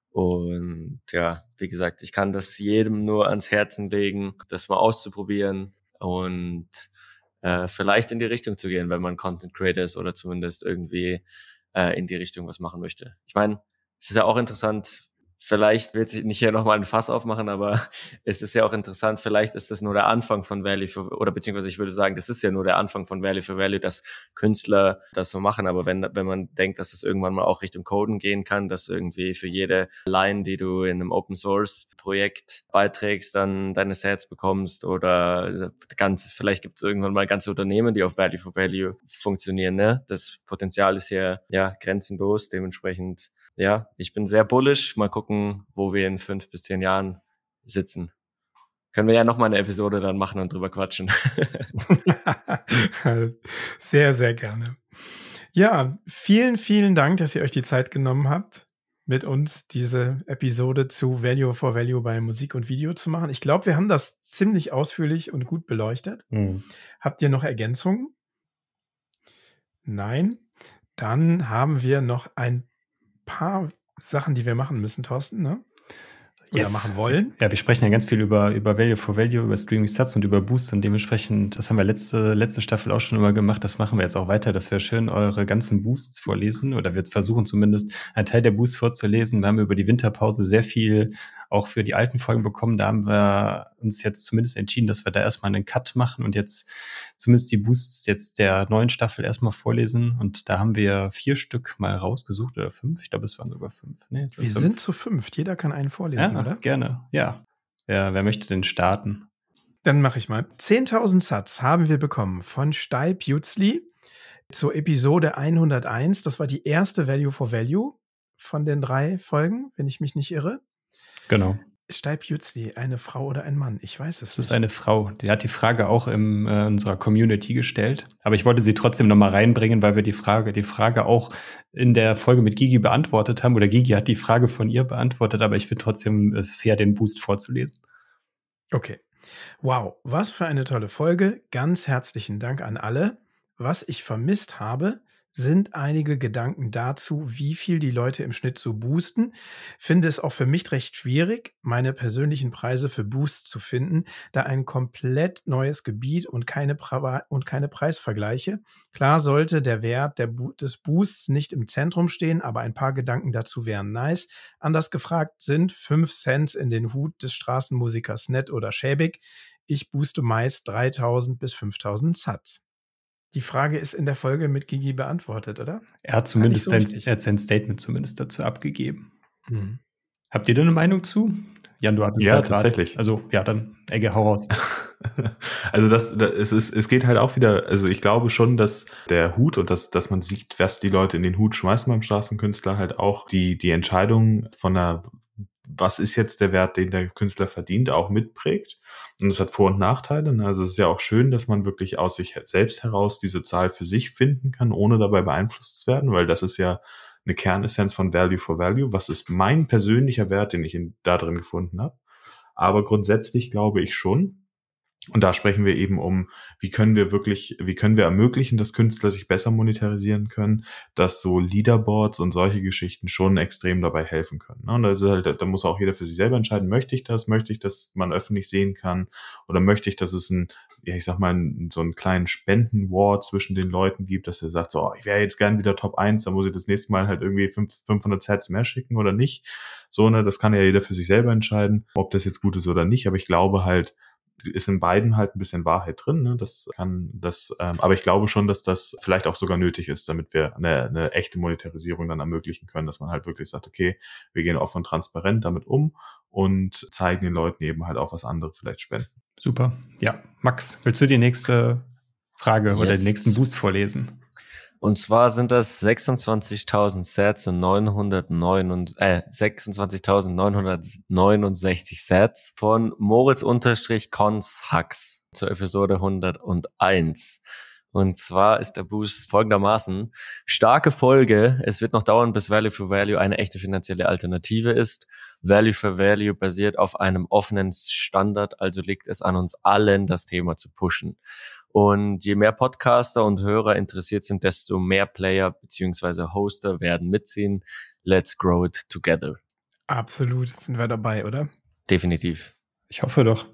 Und ja, wie gesagt, ich kann das jedem nur ans Herzen legen, das mal auszuprobieren und äh, vielleicht in die Richtung zu gehen, wenn man Content Creator ist oder zumindest irgendwie äh, in die Richtung was machen möchte. Ich meine, es ist ja auch interessant, vielleicht will ich nicht hier nochmal ein Fass aufmachen, aber es ist ja auch interessant, vielleicht ist das nur der Anfang von Value for, oder beziehungsweise ich würde sagen, das ist ja nur der Anfang von Value for Value, dass Künstler das so machen, aber wenn wenn man denkt, dass es irgendwann mal auch Richtung Coden gehen kann, dass irgendwie für jede Line, die du in einem Open-Source-Projekt beiträgst, dann deine Sets bekommst oder ganz, vielleicht gibt es irgendwann mal ganze Unternehmen, die auf Value for Value funktionieren, ne? Das Potenzial ist ja, ja grenzenlos, dementsprechend ja, ich bin sehr bullish. Mal gucken, wo wir in fünf bis zehn Jahren sitzen. Können wir ja noch mal eine Episode dann machen und drüber quatschen. Sehr, sehr gerne. Ja, vielen, vielen Dank, dass ihr euch die Zeit genommen habt, mit uns diese Episode zu Value for Value bei Musik und Video zu machen. Ich glaube, wir haben das ziemlich ausführlich und gut beleuchtet. Mhm. Habt ihr noch Ergänzungen? Nein. Dann haben wir noch ein paar Sachen, die wir machen müssen, Thorsten, ne? Oder Yes. machen wollen. Ja, wir sprechen ja ganz viel über, über Value for Value, über Streaming Stats und über Boost und dementsprechend, das haben wir letzte, letzte Staffel auch schon immer gemacht, das machen wir jetzt auch weiter, dass wir schön eure ganzen Boosts vorlesen oder wir jetzt versuchen zumindest einen Teil der Boosts vorzulesen. Wir haben über die Winterpause sehr viel auch für die alten Folgen bekommen. Da haben wir uns jetzt zumindest entschieden, dass wir da erstmal einen Cut machen und jetzt zumindest die Boosts jetzt der neuen Staffel erstmal vorlesen. Und da haben wir vier Stück mal rausgesucht oder fünf. Ich glaube, es waren sogar fünf. Nee, es sind Wir fünf. sind zu fünft. Jeder kann einen vorlesen, Ja, oder? gerne. Ja. Wer, wer möchte denn starten? Dann mache ich mal. zehntausend Satz haben wir bekommen von Stey Putzli zur Episode hunderteins. Das war die erste Value for Value von den drei Folgen, wenn ich mich nicht irre. Genau. Stey Putzli, eine Frau oder ein Mann? Ich weiß es Das nicht. ist eine Frau. Die hat die Frage auch in äh, unserer Community gestellt. Aber ich wollte sie trotzdem nochmal reinbringen, weil wir die Frage, die Frage auch in der Folge mit Gigi beantwortet haben. Oder Gigi hat die Frage von ihr beantwortet, aber ich finde trotzdem es fair, den Boost vorzulesen. Okay. Wow, was für eine tolle Folge. Ganz herzlichen Dank an alle. Was ich vermisst habe, sind einige Gedanken dazu, wie viel die Leute im Schnitt so boosten. Finde es auch für mich recht schwierig, meine persönlichen Preise für Boosts zu finden, da ein komplett neues Gebiet und keine, Pra- und keine Preisvergleiche. Klar sollte der Wert der Bo- des Boosts nicht im Zentrum stehen, aber ein paar Gedanken dazu wären nice. Anders gefragt, sind fünf Cent in den Hut des Straßenmusikers nett oder schäbig? Ich booste meist dreitausend bis fünftausend Satz. Die Frage ist in der Folge mit Gigi beantwortet, oder? Er hat zumindest so sein, richtig. er hat sein Statement zumindest dazu abgegeben. Hm. Habt ihr da eine Meinung zu? Jan, du hattest Ja, da gerade- tatsächlich. Also, ja, dann Egge, hau raus. Also das, das es ist, es geht halt auch wieder, also ich glaube schon, dass der Hut und das, dass man sieht, was die Leute in den Hut schmeißen beim Straßenkünstler, halt auch die, die Entscheidung von einer, was ist jetzt der Wert, den der Künstler verdient, auch mitprägt. Und es hat Vor- und Nachteile. ne? Also es ist ja auch schön, dass man wirklich aus sich selbst heraus diese Zahl für sich finden kann, ohne dabei beeinflusst zu werden, weil das ist ja eine Kernessenz von Value for Value. Was ist mein persönlicher Wert, den ich in, da drin gefunden habe? Aber grundsätzlich glaube ich schon, und da sprechen wir eben um, wie können wir wirklich, wie können wir ermöglichen, dass Künstler sich besser monetarisieren können, dass so Leaderboards und solche Geschichten schon extrem dabei helfen können. ne? Und da ist halt, da muss auch jeder für sich selber entscheiden, möchte ich das, möchte ich, dass man öffentlich sehen kann, oder möchte ich, dass es ein, ja, ich sag mal, ein, so einen kleinen Spenden-War zwischen den Leuten gibt, dass er sagt, so, oh, ich wäre jetzt gern wieder Top eins, dann muss ich das nächste Mal halt irgendwie fünfhundert Sets mehr schicken oder nicht. So, ne, das kann ja jeder für sich selber entscheiden, ob das jetzt gut ist oder nicht, aber ich glaube halt, ist in beiden halt ein bisschen Wahrheit drin, ne? Das kann das, ähm, aber ich glaube schon, dass das vielleicht auch sogar nötig ist, damit wir eine, eine echte Monetarisierung dann ermöglichen können, dass man halt wirklich sagt, okay, wir gehen offen und transparent damit um und zeigen den Leuten eben halt auch, was andere vielleicht spenden. Super. Ja, Max, willst du die nächste Frage oder Yes. den nächsten Boost vorlesen? Und zwar sind das sechsundzwanzigtausend Sets und neunhundertneun und, äh, sechsundzwanzigtausendneunhundertneunundsechzig Sets von Moritz-Cons zur Episode hunderteins. Und zwar ist der Boost folgendermaßen: starke Folge. Es wird noch dauern, bis Value for Value eine echte finanzielle Alternative ist. Value for Value basiert auf einem offenen Standard, also liegt es an uns allen, das Thema zu pushen. Und je mehr Podcaster und Hörer interessiert sind, desto mehr Player beziehungsweise Hoster werden mitziehen. Let's grow it together. Absolut, sind wir dabei, oder? Definitiv. Ich hoffe doch.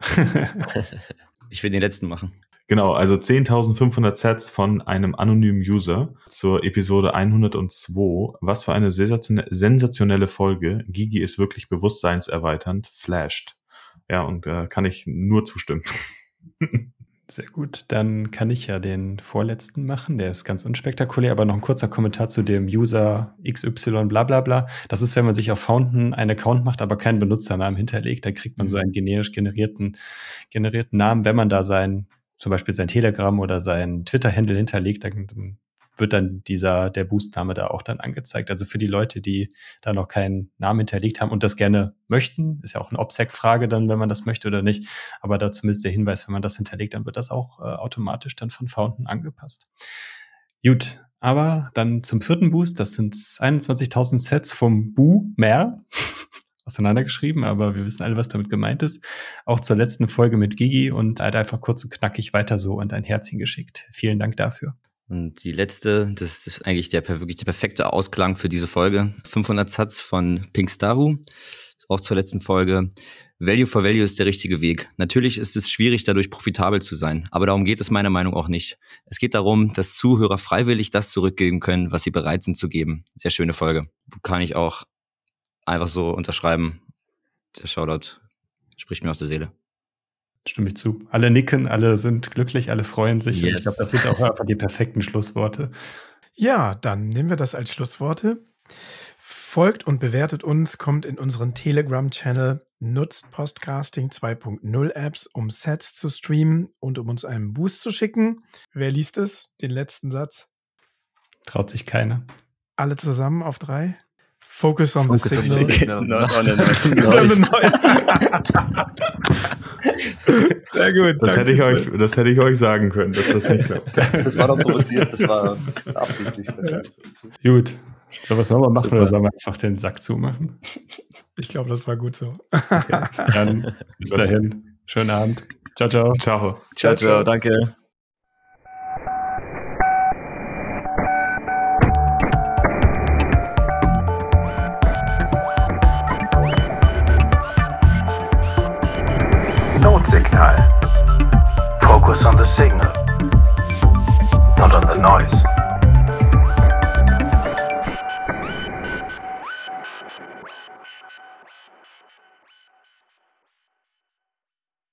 Ich will den letzten machen. Genau, also zehntausendfünfhundert Sets von einem anonymen User zur Episode hundertzwei. Was für eine sensationelle Folge. Gigi ist wirklich bewusstseinserweiternd, flasht. Ja, und äh, kann ich nur zustimmen. Sehr gut, dann kann ich ja den vorletzten machen, der ist ganz unspektakulär, aber noch ein kurzer Kommentar zu dem User X Y bla bla bla. Das ist, wenn man sich auf Fountain einen Account macht, aber keinen Benutzernamen hinterlegt, dann kriegt man so einen generisch generierten, generierten Namen. Wenn man da sein, zum Beispiel sein Telegram oder sein Twitter-Handle hinterlegt, dann wird dann dieser, der Boost-Name da auch dann angezeigt. Also für die Leute, die da noch keinen Namen hinterlegt haben und das gerne möchten, ist ja auch eine Obsec-Frage dann, wenn man das möchte oder nicht. Aber da zumindest der Hinweis, wenn man das hinterlegt, dann wird das auch äh, automatisch dann von Fountain angepasst. Gut, aber dann zum vierten Boost, das sind einundzwanzigtausend Sets vom Boomer, auseinandergeschrieben, aber wir wissen alle, was damit gemeint ist. Auch zur letzten Folge mit Gigi und halt einfach kurz und knackig weiter so und ein Herzchen geschickt. Vielen Dank dafür. Und die letzte, das ist eigentlich der wirklich der perfekte Ausklang für diese Folge. fünfhundert Satz von Pinkstaru, auch zur letzten Folge. Value for Value ist der richtige Weg. Natürlich ist es schwierig, dadurch profitabel zu sein, aber darum geht es meiner Meinung auch nicht. Es geht darum, dass Zuhörer freiwillig das zurückgeben können, was sie bereit sind zu geben. Sehr schöne Folge. Kann ich auch einfach so unterschreiben. Der Shoutout spricht mir aus der Seele. Stimme ich zu. Alle nicken, alle sind glücklich, alle freuen sich. Yes. Und ich glaube, das sind auch einfach die perfekten Schlussworte. Ja, dann nehmen wir das als Schlussworte. Folgt und bewertet uns, kommt in unseren Telegram-Channel, nutzt Podcasting zwei Punkt null Apps, um Sets zu streamen und um uns einen Boost zu schicken. Wer liest es? Den letzten Satz. Traut sich keiner. Alle zusammen auf drei. Focus on Focus the on signal. the signal, not on the Sehr gut. Das hätte, ich danke. euch, das hätte ich euch sagen können, dass das nicht klappt. Das war doch provoziert, das war absichtlich. Gut. So, was sollen wir machen? Super. Oder sollen wir einfach den Sack zumachen? Ich glaube, das war gut so. Okay. Dann bis dahin. Schönen Abend. Ciao, ciao. Ciao. Ciao, ciao, danke. Notsignal. Focus on the signal, not on the noise.